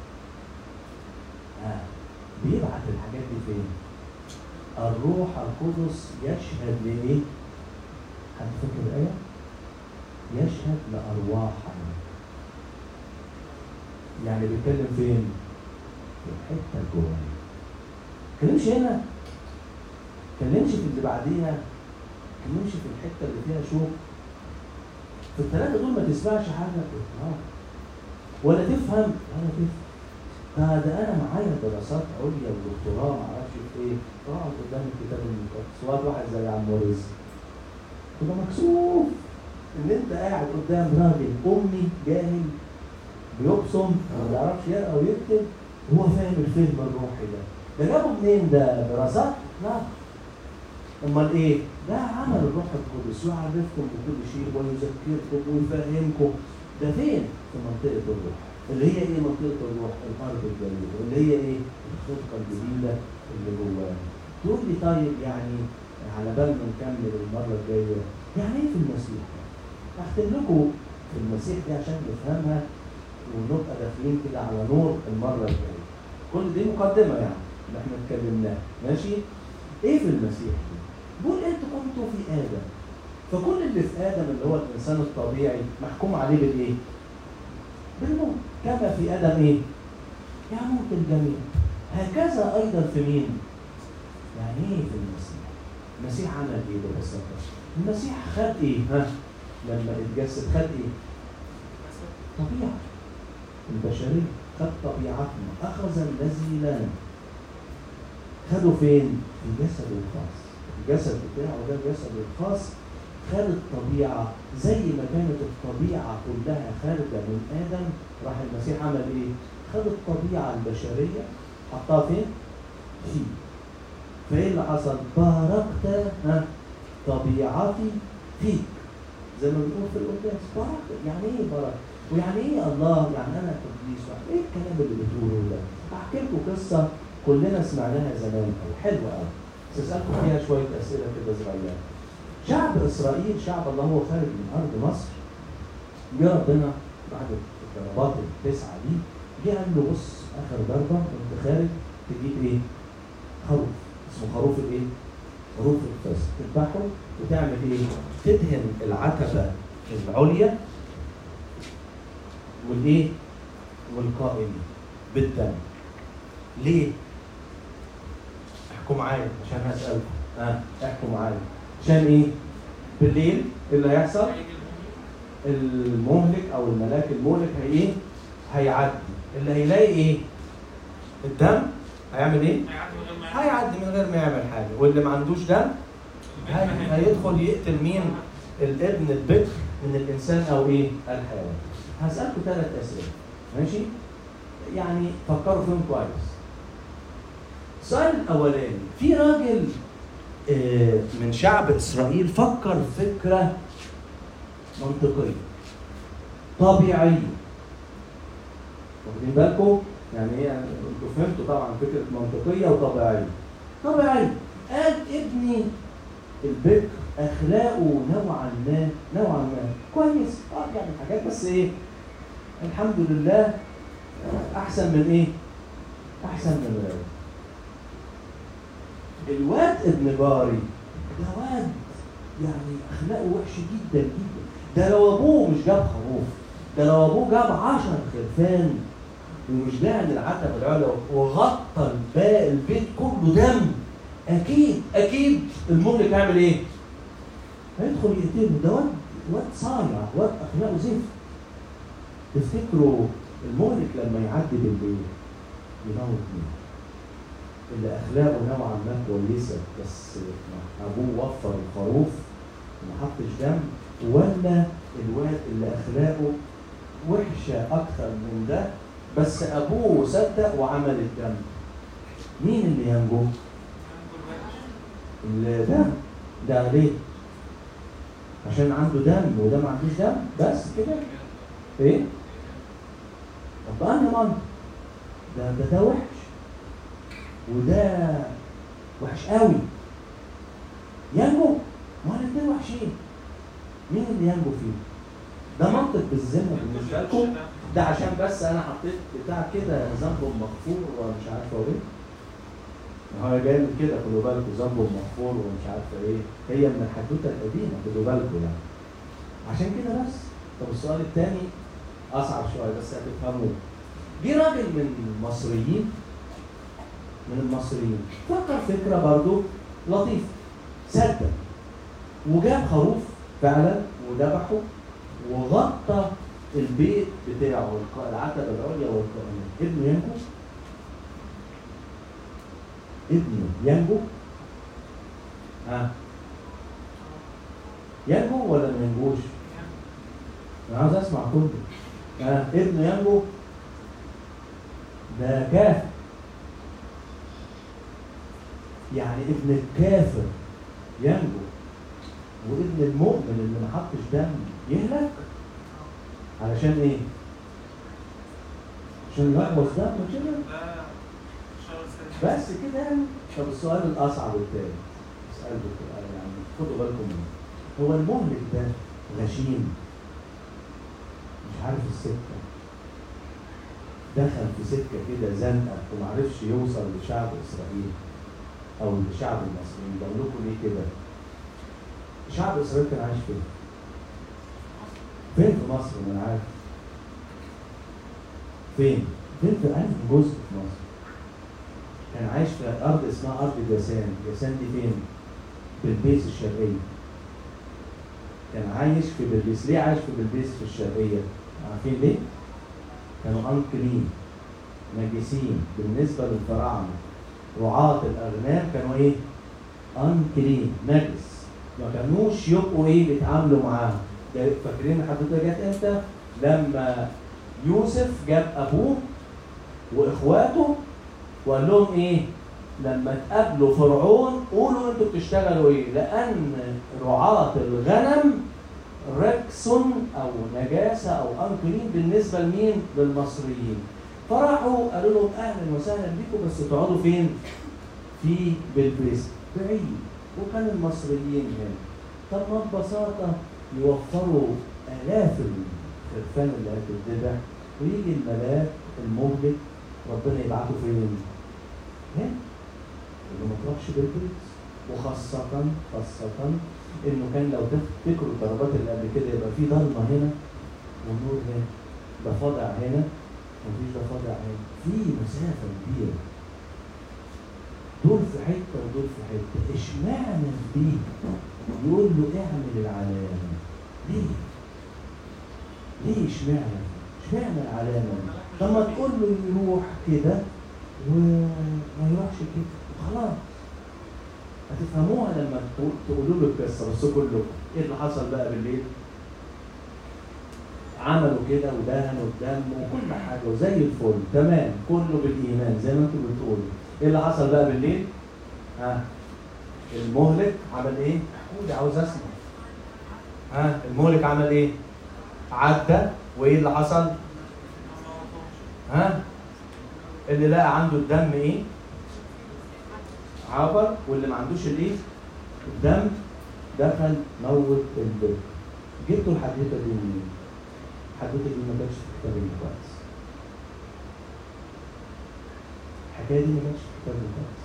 بيبعت الحاجات دي فين؟ الروح القدس يشهد لايه؟ حد فاكر الايه؟ يشهد لارواحنا. يعني بيتكلم فين؟ في الحته الجوانيه. ما تكلمش هنا، ما تكلمش في اللي بعديها، ما تكلمش في الحته اللي فيها شوك. في ال3 دول ما تسمعش حاجه ولا تفهم ولا تفهم. ده انا معايا دراسات عليا ودكتوراه ما اعرفش تعرفش في ايه، اقعد قدام الكتاب المقدس. وقت واحد زي عم ورز تبقى مكسوف ان انت قاعد قدام راجل امي جاهل بيبصم ما بيعرفش يقرا ويكتب وهو فاهم الفهم الروحي ده. ده جابه منين ده؟ دراسات؟ لا. امال ايه؟ ده عمل الروح القدس يعرفكم بكل شيء ويذكركم ويفهمكم. ده فين؟ في منطقه الروح. اللي هي ايه منطقه الروح؟ الارض الجديده. اللي هي ايه؟ الخلقه الجديده اللي جوانا. تقول لي طيب يعني على بال ما نكمل المره الجايه يعني ايه في المسيح؟ هختم لكم في المسيح دي عشان نفهمها ونبقى داخلين كده على نور المره الجايه. كل دي مقدمه يعني اللي احنا اتكلمناها، ماشي؟ ايه في المسيح دي؟ بقول انتوا كنتوا في ادم، فكل اللي في ادم اللي هو الانسان الطبيعي محكوم عليه بالايه؟ بالموت. كما في ادم ايه؟ يموت الجميع. هكذا ايضا في مين؟ يعني ايه في المسيح؟ المسيح عمل ايه ببساطه؟ المسيح خد ايه؟ لما اتجسد خد ايه؟ طبيعه البشريه، خد طبيعتنا، اخذ الذي لنا. خده فين؟ في جسده الخاص. الجسد بتاعه ده الجسد الخاص خد الطبيعه زي ما كانت الطبيعه كلها خارجه من ادم. راح المسيح عمل ايه؟ خد الطبيعه البشريه حطها فين؟ فيه. فايه اللي حصل؟ باركت طبيعتي فيك. زي ما بنقول في القداس باركت. يعني ايه باركت؟ ويعني ايه الله؟ يعني انا قديس. ايه الكلام اللي بتقوله ده؟ احكي لكم قصه كلنا سمعناها زمان قوي، حلوه قوي. بس اسالكم فيها شويه اسئله كده صغيره. شعب اسرائيل، شعب الله هو خارج من ارض مصر، جه ربنا بعد الضربات التسعه دي، جه قال له بص اخر ضربه وانت خارج تجيب ايه؟ خروف، اسمه خروف الايه؟ خروف الفصل، تذبحه وتعمل ايه؟ تدهن العتبه العليا والايه؟ والقائم بالدم. ليه؟ احكوا معايا عشان هسألكم. احكوا معايا. عشان ايه؟ بالليل اللي هيحصل؟ المهلك او الملاك المهلك ايه؟ هيعدي. اللي هيلاقي ايه؟ الدم هيعمل ايه؟ هيعدي من غير ما يعمل حاجه. واللي ما عندوش دم هيدخل يقتل مين؟ الابن البكر من الانسان او ايه؟ الحيوان. هسألكم 3 اسئله، ماشي؟ يعني فكروا فيهم كويس. السؤال الاولاني، في راجل من شعب اسرائيل فكر فكره منطقيه طبيعيه. واخدين بالكم؟ يعني ايه؟ انتوا فهمتوا طبعا فكره منطقيه وطبيعيه. طبيعيه. قال ابني البكر اخلاقه نوعا ما كويس، يعني حاجات بس ايه؟ الحمد لله احسن من ايه؟ احسن من غيره. الواد ابن جاري ده واد يعني اخلاقه وحش جدا جدا. ده لو ابوه مش جاب خروف، ده لو ابوه جاب 10 خرفان ومش دهن العتبه العليا وغطى البيت كله دم، اكيد المملك هيعمل ايه؟ هيدخل يقتله. ده واد صايع، واد اخلاقه زفت. تفتكروا المهلك لما يعدي بالليل يموت مين؟ اللي اخلاقه نوعا ما كويسه بس ابوه وفر الخروف وما حطش دم، ولا الواد اللي اخلاقه وحشه اكثر من ده بس ابوه صدق وعمل الدم؟ مين اللي ينجو؟ اللي ده ليه؟ عشان عنده دم وده ما عندوش دم بس كده؟ ايه؟ طب انا منطق ده وحش وده وحش قوي، ينجو؟ ما الاثنين وحشين، مين اللي ينجو فيه؟ ده منطق بالذمه بالنسبه لكم؟ ده عشان بس انا حطيت بتاع كده ذنبه مغفور ومش عارفه ايه. هو جاي من كده، خدوا بالكم، ذنبه مغفور ومش عارفه ايه، هي من الحدوته القديمه، خدوا بالكم يعني. عشان كده بس. طب السؤال الثاني اصعب شويه بس هتفهموه. جه راجل من المصريين فكر فكره برضو لطيفه، صدق وجاب خروف فعلا وذبحه وغطى البيت بتاعه العتبه العليا والقائمه. ابنه ينجو؟ ابنه ينجو؟ ينجو ولا ما ينجوش؟ انا عاوز اسمع كله. ابنه ينجو؟ ده كافر. يعني ابن الكافر ينجو وابن المؤمن اللي ما حطش دم يهلك؟ علشان ايه؟ عشان يلخبط دم كده؟ بس كده يعني. طب السؤال الاصعب التاني اساله يعني خدوا بالكم منه. هو المهلك ده غشيم مش عارف السكه، دخل في سكه كده زنقه ومعرفش يوصل لشعب اسرائيل او لشعب المصريين. بقول لكم ليه كده؟ شعب اسرائيل كان عايش فين؟ في مصر؟ ما انا عارف. فين في أنهي جزء في مصر؟ كان عايش في ارض اسمها ارض جاسان. جاسان دي فين؟ بلبيس الشرقيه. كان عايش في بلبيس. ليه عايش في بلبيس في الشرقيه؟ عارفين ليه؟ كانوا انكلين، نجسين بالنسبه للفراعنه. رعاة الاغنام كانوا ايه؟ انكلين، نجس، ما كانوش يبقوا ايه بيتعاملوا معاهم. فاكرين الحدوته جت امتى؟ لما يوسف جاب ابوه واخواته وقال لهم ايه؟ لما تقابلوا فرعون قولوا انتوا بتشتغلوا ايه؟ لان رعاة الغنم ركس او نجاسه او انكلين بالنسبه لمين؟ للمصريين. فراحوا قالوا لهم اهلا وسهلا بكم بس تقعدوا فين؟ في بلبيس بعيد. وكان المصريين هنا. طب ما ببساطه يوفروا آلاف الخرفان اللي هتتذبح ويجي الملاك المهلك ربنا يبعته فين؟ هنا. اللي ما تروحش بالبيت. وخاصة إنه كان لو تفتكروا الضربات اللي قبل كده يبقى في ضلمة هنا ونور هنا، ضفادع هنا ومفيش ضفادع هنا، في مسافة كبيرة. دول في حتة ودول في حتة. اشمعنى دي؟ يقول له اعمل العلامة. ليه؟ اشمعنى العلامة؟ طب ما تقول له يروح كده وما يروحش كده وخلاص. هتفهموها لما تقولوا له القصة. بس كله ايه اللي حصل بقى بالليل؟ عملوا كده ودهنوا الدم وكل حاجة وزي الفل تمام، كله بالإيمان زي ما انتم بتقولوا. ايه اللي حصل بقى بالليل؟ المهلك عمل ايه؟ قولي عاوز اسمع. المهلك عمل ايه؟ عدى. وايه اللي حصل؟ اللي لقى عنده الدم ايه؟ عبر. واللي ما عندوش الايه؟ الدم دخل موت البر. جبتوا الحدوته دي منين؟ الحدوته دي ما كانتش في كتاب المقدس. الحكايه دي ما كانتش في كتاب المقدس.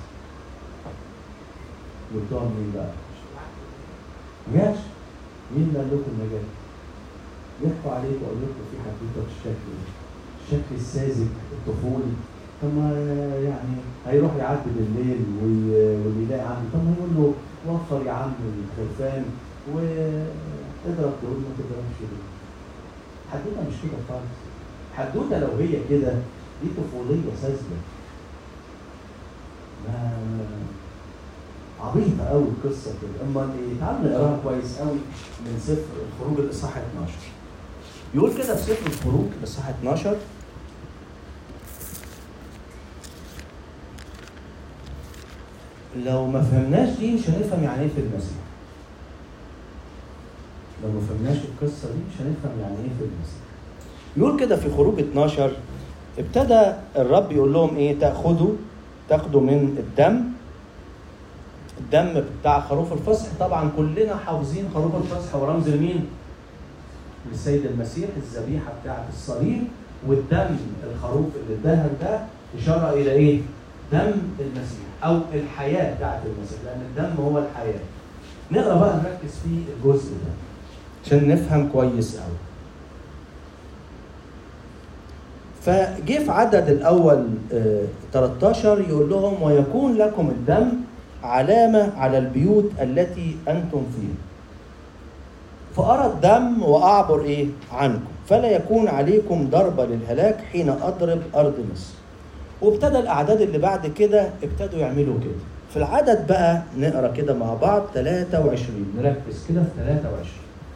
جبتوها منين بقى؟ ما جاتش. مين اللي قال لكم ما جاتش؟ يحكوا عليكم وقال لكم في حدوته بالشكل ده، الشكل الساذج الطفولي. طب ما يعني هيروح يعدي بالليل واللي يلاقي عنده، طب ما يقول له وفر يا عم الخرفان واضرب دول ما تضربش دول. حدوته مش كده خالص. حدوته لو هي كده دي طفوليه ساذجه. عبيطه قوي القصه كده. اما تعالوا نقراها كويس قوي من سفر الخروج الاصحاح 12. يقول كده في سفر الخروج الاصحاح 12 لو ما فهمناش دي مش هنفهم يعني ايه في المسيح. لو ما فهمناش القصه دي مش هنفهم يعني ايه في المسيح. يقول كده في خروج 12 ابتدى الرب يقول لهم ايه؟ تاخدوا من الدم بتاع خروف الفصح. طبعا كلنا حافظين خروف الفصح ورمز لمين؟ للسيد المسيح، الذبيحه بتاعه الصليب. والدم الخروف اللي اتدهن ده اشاره الى ايه؟ دم المسيح او الحياه بتاعه المسيح، لان الدم هو الحياه. نقرا بقى نركز في الجزء ده عشان نفهم كويس قوي. فجه في عدد الاول 13 يقول لهم ويكون لكم الدم علامه على البيوت التي انتم فيها، فارى الدم واعبر ايه عنكم، فلا يكون عليكم ضربه للهلاك حين اضرب ارض مصر. وابتدى الأعداد اللي بعد كده ابتدوا يعملوا كده. في العدد بقى نقرأ كده مع بعض 23، نركز كده في 23.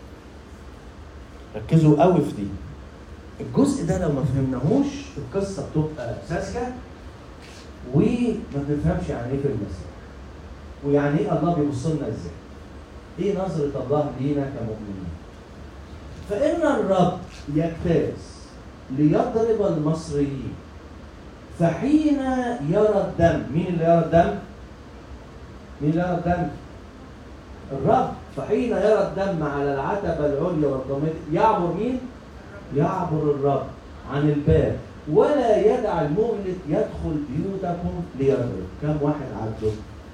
ركزوا قوي في دي. الجزء ده لو ما فهمناهوش القصة بتبقى ساذجة وما بنفهمش يعني ايه في المسيح. ويعني ايه الله بيبص لنا ازاي؟ ايه نظرة الله لينا كمؤمنين؟ فإن الرب يجتاز ليضرب المصريين فحين يرى الدم. مين اللي يرى الدم؟ مين اللي يرى الدم؟ الرب. فحين يرى الدم على العتبة العليا والضمير يعبر مين؟ يعبر الرب عن الباب ولا يدع المهلك يدخل بيوتكم ليضرب. كم واحد عدوا؟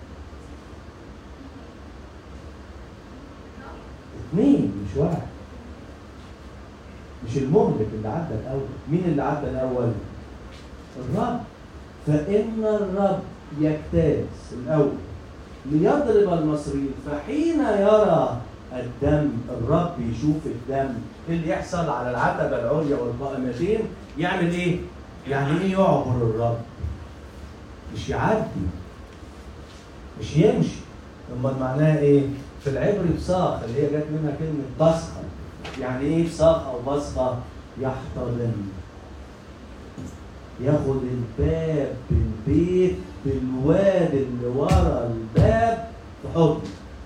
2 مش واحد. مش المهلك اللي عدى الأول. مين اللي عدى الأول؟ الرب. فإن الرب يجتاز الأول ليضرب المصريين فحين يرى الدم. الرب يشوف الدم اللي يحصل على العتبة العليا والقائمتين يعمل ايه؟ يعني ايه يعبر الرب؟ مش يعدي، مش يمشي. امال معناها ايه؟ في العبري بصاخ اللي هي جت منها كلمة بصخة. يعني ايه بصاخ او بصخة؟ يحتضن، ياخد الباب بالبيت بالواد اللي ورا الباب في حضنه.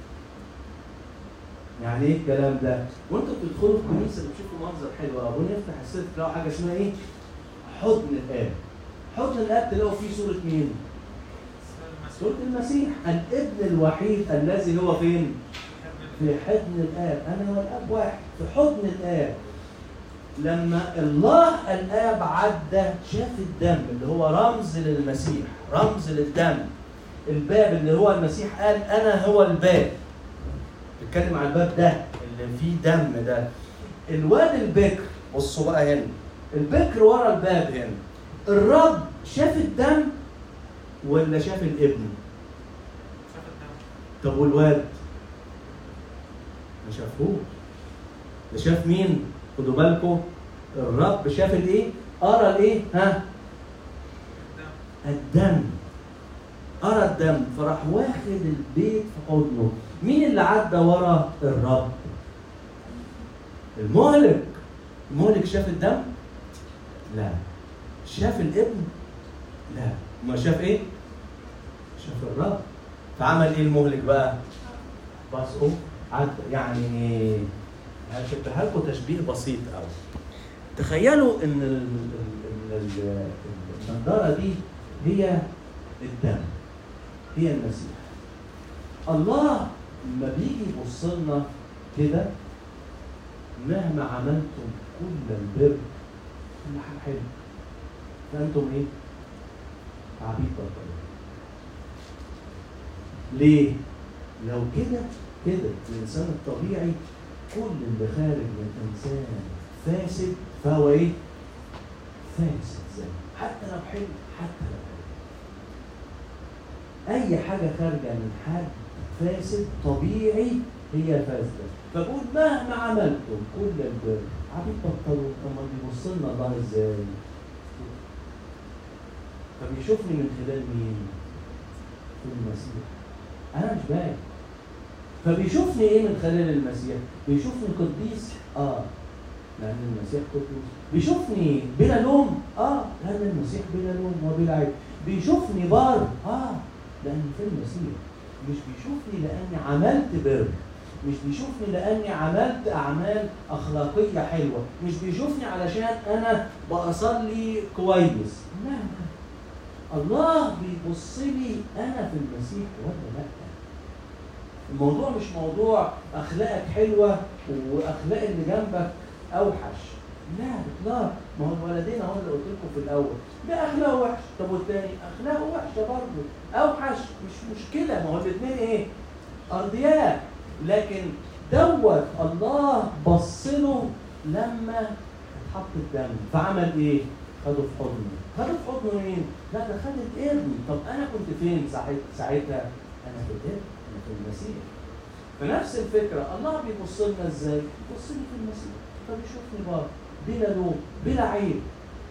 يعني ايه الكلام ده؟ وانتوا بتدخلوا الكنيسه بتشوفوا منظر حلو قوي، ونفتح السيف تلاقوا حاجه اسمها ايه؟ حضن الاب. حضن الاب تلاقوا فيه صوره مين؟ صوره المسيح، الابن الوحيد الذي هو فين؟ في حضن الاب. انا والاب واحد في حضن الاب. لما الله الآب عدى شاف الدم اللي هو رمز للمسيح، رمز للدم. الباب اللي هو المسيح قال أنا هو الباب. بيتكلم عن الباب ده اللي فيه دم ده. الواد البكر، بصوا بقى هنا، البكر ورا الباب هنا. الرب شاف الدم ولا شاف الابن؟ شاف الدم. طب والواد؟ ما شافهوش. ده شاف مين؟ خدوا بالكم، الرب شاف الايه؟ أرى الايه؟ ها؟ الدم. أرى الدم، فراح واخد البيت في حضنه. مين اللي عدى ورا الرب؟ المهلك. المهلك شاف الدم؟ لا. شاف الابن؟ لا. ما شاف ايه؟ شاف الرب. فعمل ايه المهلك بقى؟ بصوا عدى. يعني هشبهها لكم تشبيه بسيط قوي. تخيلوا ان النضاره دي هي الدم، هي المسيح. الله لما بيجي يبص لنا كده، مهما عملتم كل البر، كل حاجه حلوه، فانتم ايه؟ عبيد بطل. ليه؟ لو كده الانسان الطبيعي كل اللي خارج من انسان فاسد فهو ايه؟ فاسد زي حتى لو حلو، حتى لو حلو. اي حاجه خارجه من حد فاسد طبيعي هي فاسده. فبقول مهما عملتم كل البر عبيد بطلوا. اما بيبص لنا الله ازاي؟ فبيشوفني من خلال مين؟ في المسيح. انا مش باين. فبيشوفني ايه من خلال المسيح؟ بيشوفني قديس؟ لأن المسيح قدوس. بيشوفني بلا لوم؟ لأن المسيح بلا لوم وبلا عيب. بيشوفني بار؟ لأن في المسيح. مش بيشوفني لأني عملت بر، مش بيشوفني لأني عملت أعمال أخلاقية حلوة، مش بيشوفني علشان أنا بأصلي كويس. لا، الله بيبص لي أنا في المسيح ولا لا. الموضوع مش موضوع أخلاقك حلوة وأخلاق اللي جنبك أوحش. لا إطلاق. ما هو الولدين أهو اللي قلت لكم في الأول، ده أخلاقه وحش، طب والتاني أخلاقه وحشة برضه أوحش، مش مشكلة. ما هو الاثنين إيه؟ أرضيات. لكن الله بص له لما اتحط الدم، فعمل إيه؟ خده في حضنه. خده في حضنه مين؟ لا، ده خد الابن. طب أنا كنت فين ساعتها؟ أنا في الابن، أنا في المسيح. فنفس الفكرة الله بيبص لنا إزاي؟ بيبص لي في المسيح، فبيشوفني بار بلا لوم بلا عيب.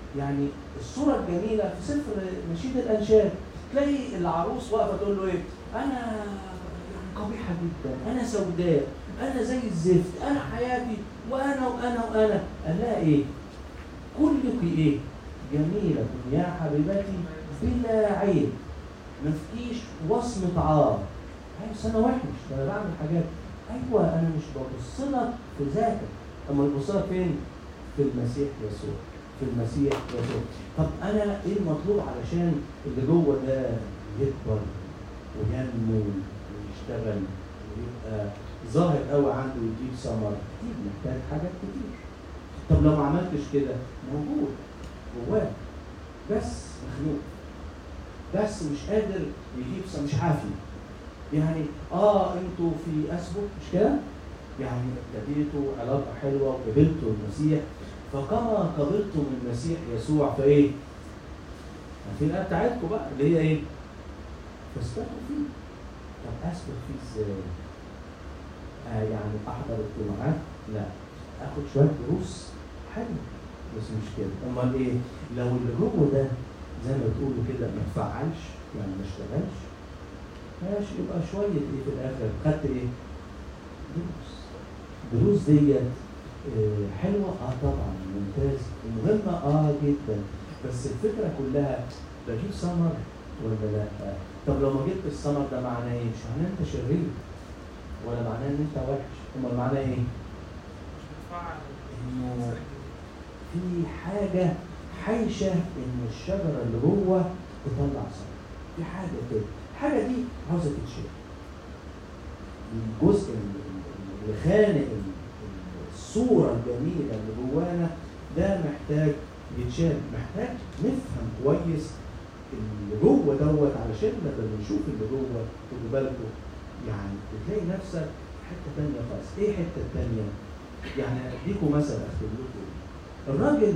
يعني الصورة الجميلة في سفر نشيد الأنشاد تلاقي العروس واقفة تقول له إيه؟ أنا قبيحة جدا، أنا سوداء، أنا زي الزفت، أنا حياتي وأنا وأنا وأنا. قال لها إيه؟ كلك إيه؟ جميلة يا حبيبتي بلا عيب، ما فيكيش وصمة عار. أيوة بس أنا وحش، أنا بعمل حاجات. أيوة أنا مش ببص لك في ذاتك، أما ببص لك فين؟ في المسيح يسوع، في المسيح يسوع. طب أنا إيه المطلوب علشان اللي جوه ده يكبر وينمو ويشتغل ويبقى ظاهر قوي عنده ويجيب ثمر؟ أكيد محتاج حاجات كتير. طب لو ما عملتش كده موجود جواه بس مخنوق، بس مش قادر يجيب ثمر، مش عافي. يعني انتوا في اسبوع مش كده؟ يعني ابتديتوا علاقه حلوه وقبلتوا المسيح، فكما قبلتم المسيح يسوع فايه؟ في الآية بتاعتكم بقى اللي هي ايه؟ فاثبتوا فيه. طب اثبت فيه ازاي؟ يعني احضر اجتماعات؟ لا. اخد شويه دروس؟ حلو بس مش كده. امال ايه؟ لو اللي جوه ده زي ما بتقولوا كده ما تفعلش، يعني ما اشتغلش، ماشي، يبقى شويه ايه في الاخر؟ خدت ايه؟ دروس ديت حلوه طبعا ممتاز ومهمه جدا، بس الفكره كلها بجيب ثمر ولا لا؟ طب لو ما جبت الثمر ده معناه ايه؟ مش معناه انت شرير ولا معناه ان انت وحش، امال معناه ايه؟ انه في حاجه حايشه ان الشجره اللي جوه تطلع ثمر، في حاجه كده، الحاجه دي عاوزه تتشال. الجزء اللي خانق الصوره الجميله اللي جوانا ده محتاج يتشال، محتاج نفهم كويس اللي جوه دوت علشان لما نشوف اللي جوه خدوا بالكم يعني بتلاقي نفسك في حته ثانيه خالص. ايه الحته الثانيه؟ يعني اديكم مثل اختم لكم. الراجل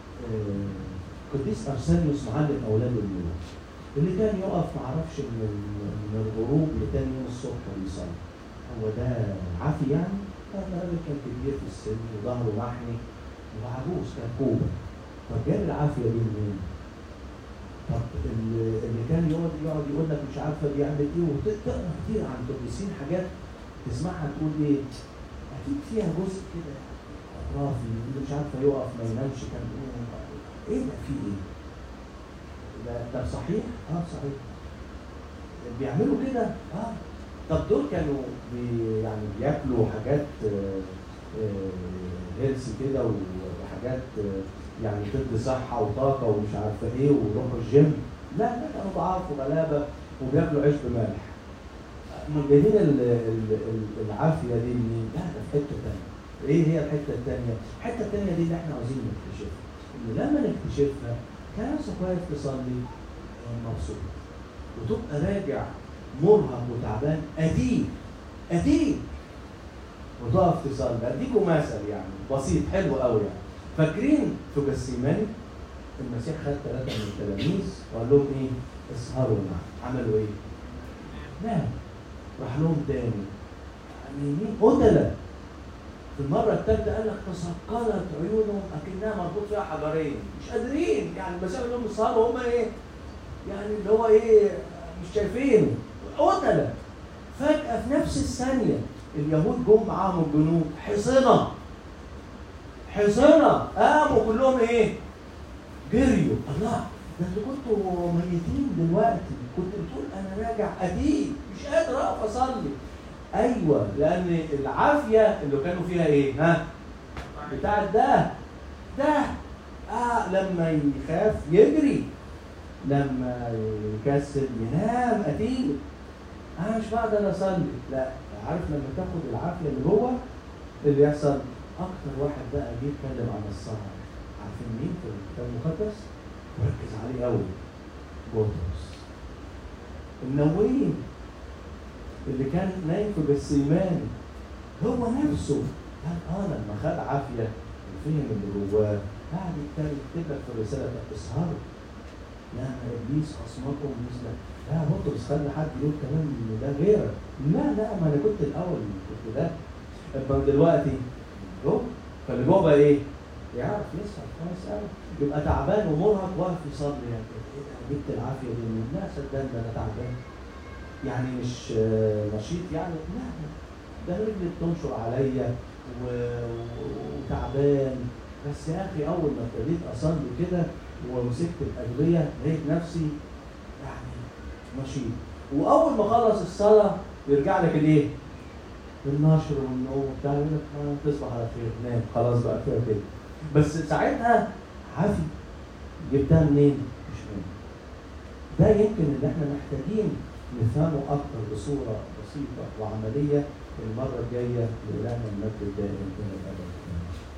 قديس ارسانيوس معلم اولاد الملوك اللي كان يقف ما اعرفش من الغروب لتاني يوم الصبح ويصلي. هو ده عافي يعني؟ كان راجل كان كبير في السن وظهره محني وعجوز كان كوبا. طب جاب العافيه دي منين؟ طب اللي كان يقعد يقول لك مش عارفه بيعمل ايه، وتقرا كتير عن القديسين حاجات تسمعها تقول ايه؟ اكيد فيها جزء كده خرافي، اللي مش عارفه يقف ما ينامش كان ايه ده؟ في ايه؟ ده صحيح؟ صحيح. بيعملوا كده؟ طب دول كانوا يعني بياكلوا حاجات هيلثي كده وحاجات يعني تدي صحه وطاقه ومش عارفه ايه ويروحوا الجيم؟ لا، كانوا ضعاف وغلابه وبياكلوا عيش بملح. من جايبين العافيه دي منين؟ لا، ده في حته ثانيه. ايه هي الحته الثانيه؟ الحته الثانيه دي اللي احنا عاوزين نكتشفها. ان لما نكتشفها كان نفسك واقف تصلي مبسوط وتبقى راجع مرهق وتعبان أديب وتقف تصلي. اديكم مثل يعني بسيط حلو قوي يعني. فاكرين في جسيماني المسيح خد 3 من التلاميذ وقال لهم ايه؟ اسهروا معه. عملوا ايه؟ نام. راح لهم تاني مين؟ قتلة. في المرة الثالثة قال لك تثقلت عيونهم اكنها مربوط فيها حجرين، مش قادرين يعني. المسيح قال لهم اسهروا، هم ايه؟ يعني اللي هو ايه؟ مش شايفينه. قتلة. فجأة في نفس الثانية اليهود جم معاهم الجنود حصنة قاموا كلهم ايه؟ جريوا. الله، ده انتوا كنتوا ميتين دلوقتي، كنت بتقول انا راجع أديب مش قادر اقف اصلي. ايوه، لان العافيه اللي كانوا فيها ايه؟ بتاع ده لما يخاف يجري، لما يكسل ينام أديب. انا مش بقدر اصلي. لا، عارف لما تاخد العافيه اللي جوه اللي يحصل؟ اكتر واحد بقى جه يتكلم عن السهر، عارفين مين في الكتاب المقدس؟ وركز عليه قوي، بطرس. النوويين اللي كان نايم في جسيماني هو نفسه قال لما خد عافيه وفهم اللي جواه قاعد يكتب لك في الرساله اسهروا لما ابليس خصمكم مثل. لا بطرس خلي حد يقول كلام ده غيرك. لا ما انا كنت الاول كنت ده. اما دلوقتي فاللي جوه بقى ايه؟ يعرف يسهر كويس قوي، يبقى تعبان ومرهق واقف يصلي يعني ايه ده جبت العافيه دي من الناس؟ صدقني ده انا تعبان يعني مش نشيط يعني، لا ده رجلي بتنشر عليا وتعبان. بس يا اخي اول ما ابتديت اصلي كده ومسكت الادويه لقيت نفسي يعني نشيط. واول ما خلص الصلاه يرجع لك الايه؟ النشر والنوم وبتاع، يقول لك تصبح على خير نام خلاص بقى كده كده. بس ساعتها عافي جبتها منين؟ مش منين. ده يمكن اللي احنا محتاجين نفهمه اكتر بصوره بسيطه وعمليه المره الجايه لإلهنا المجد الدائم الى الابد.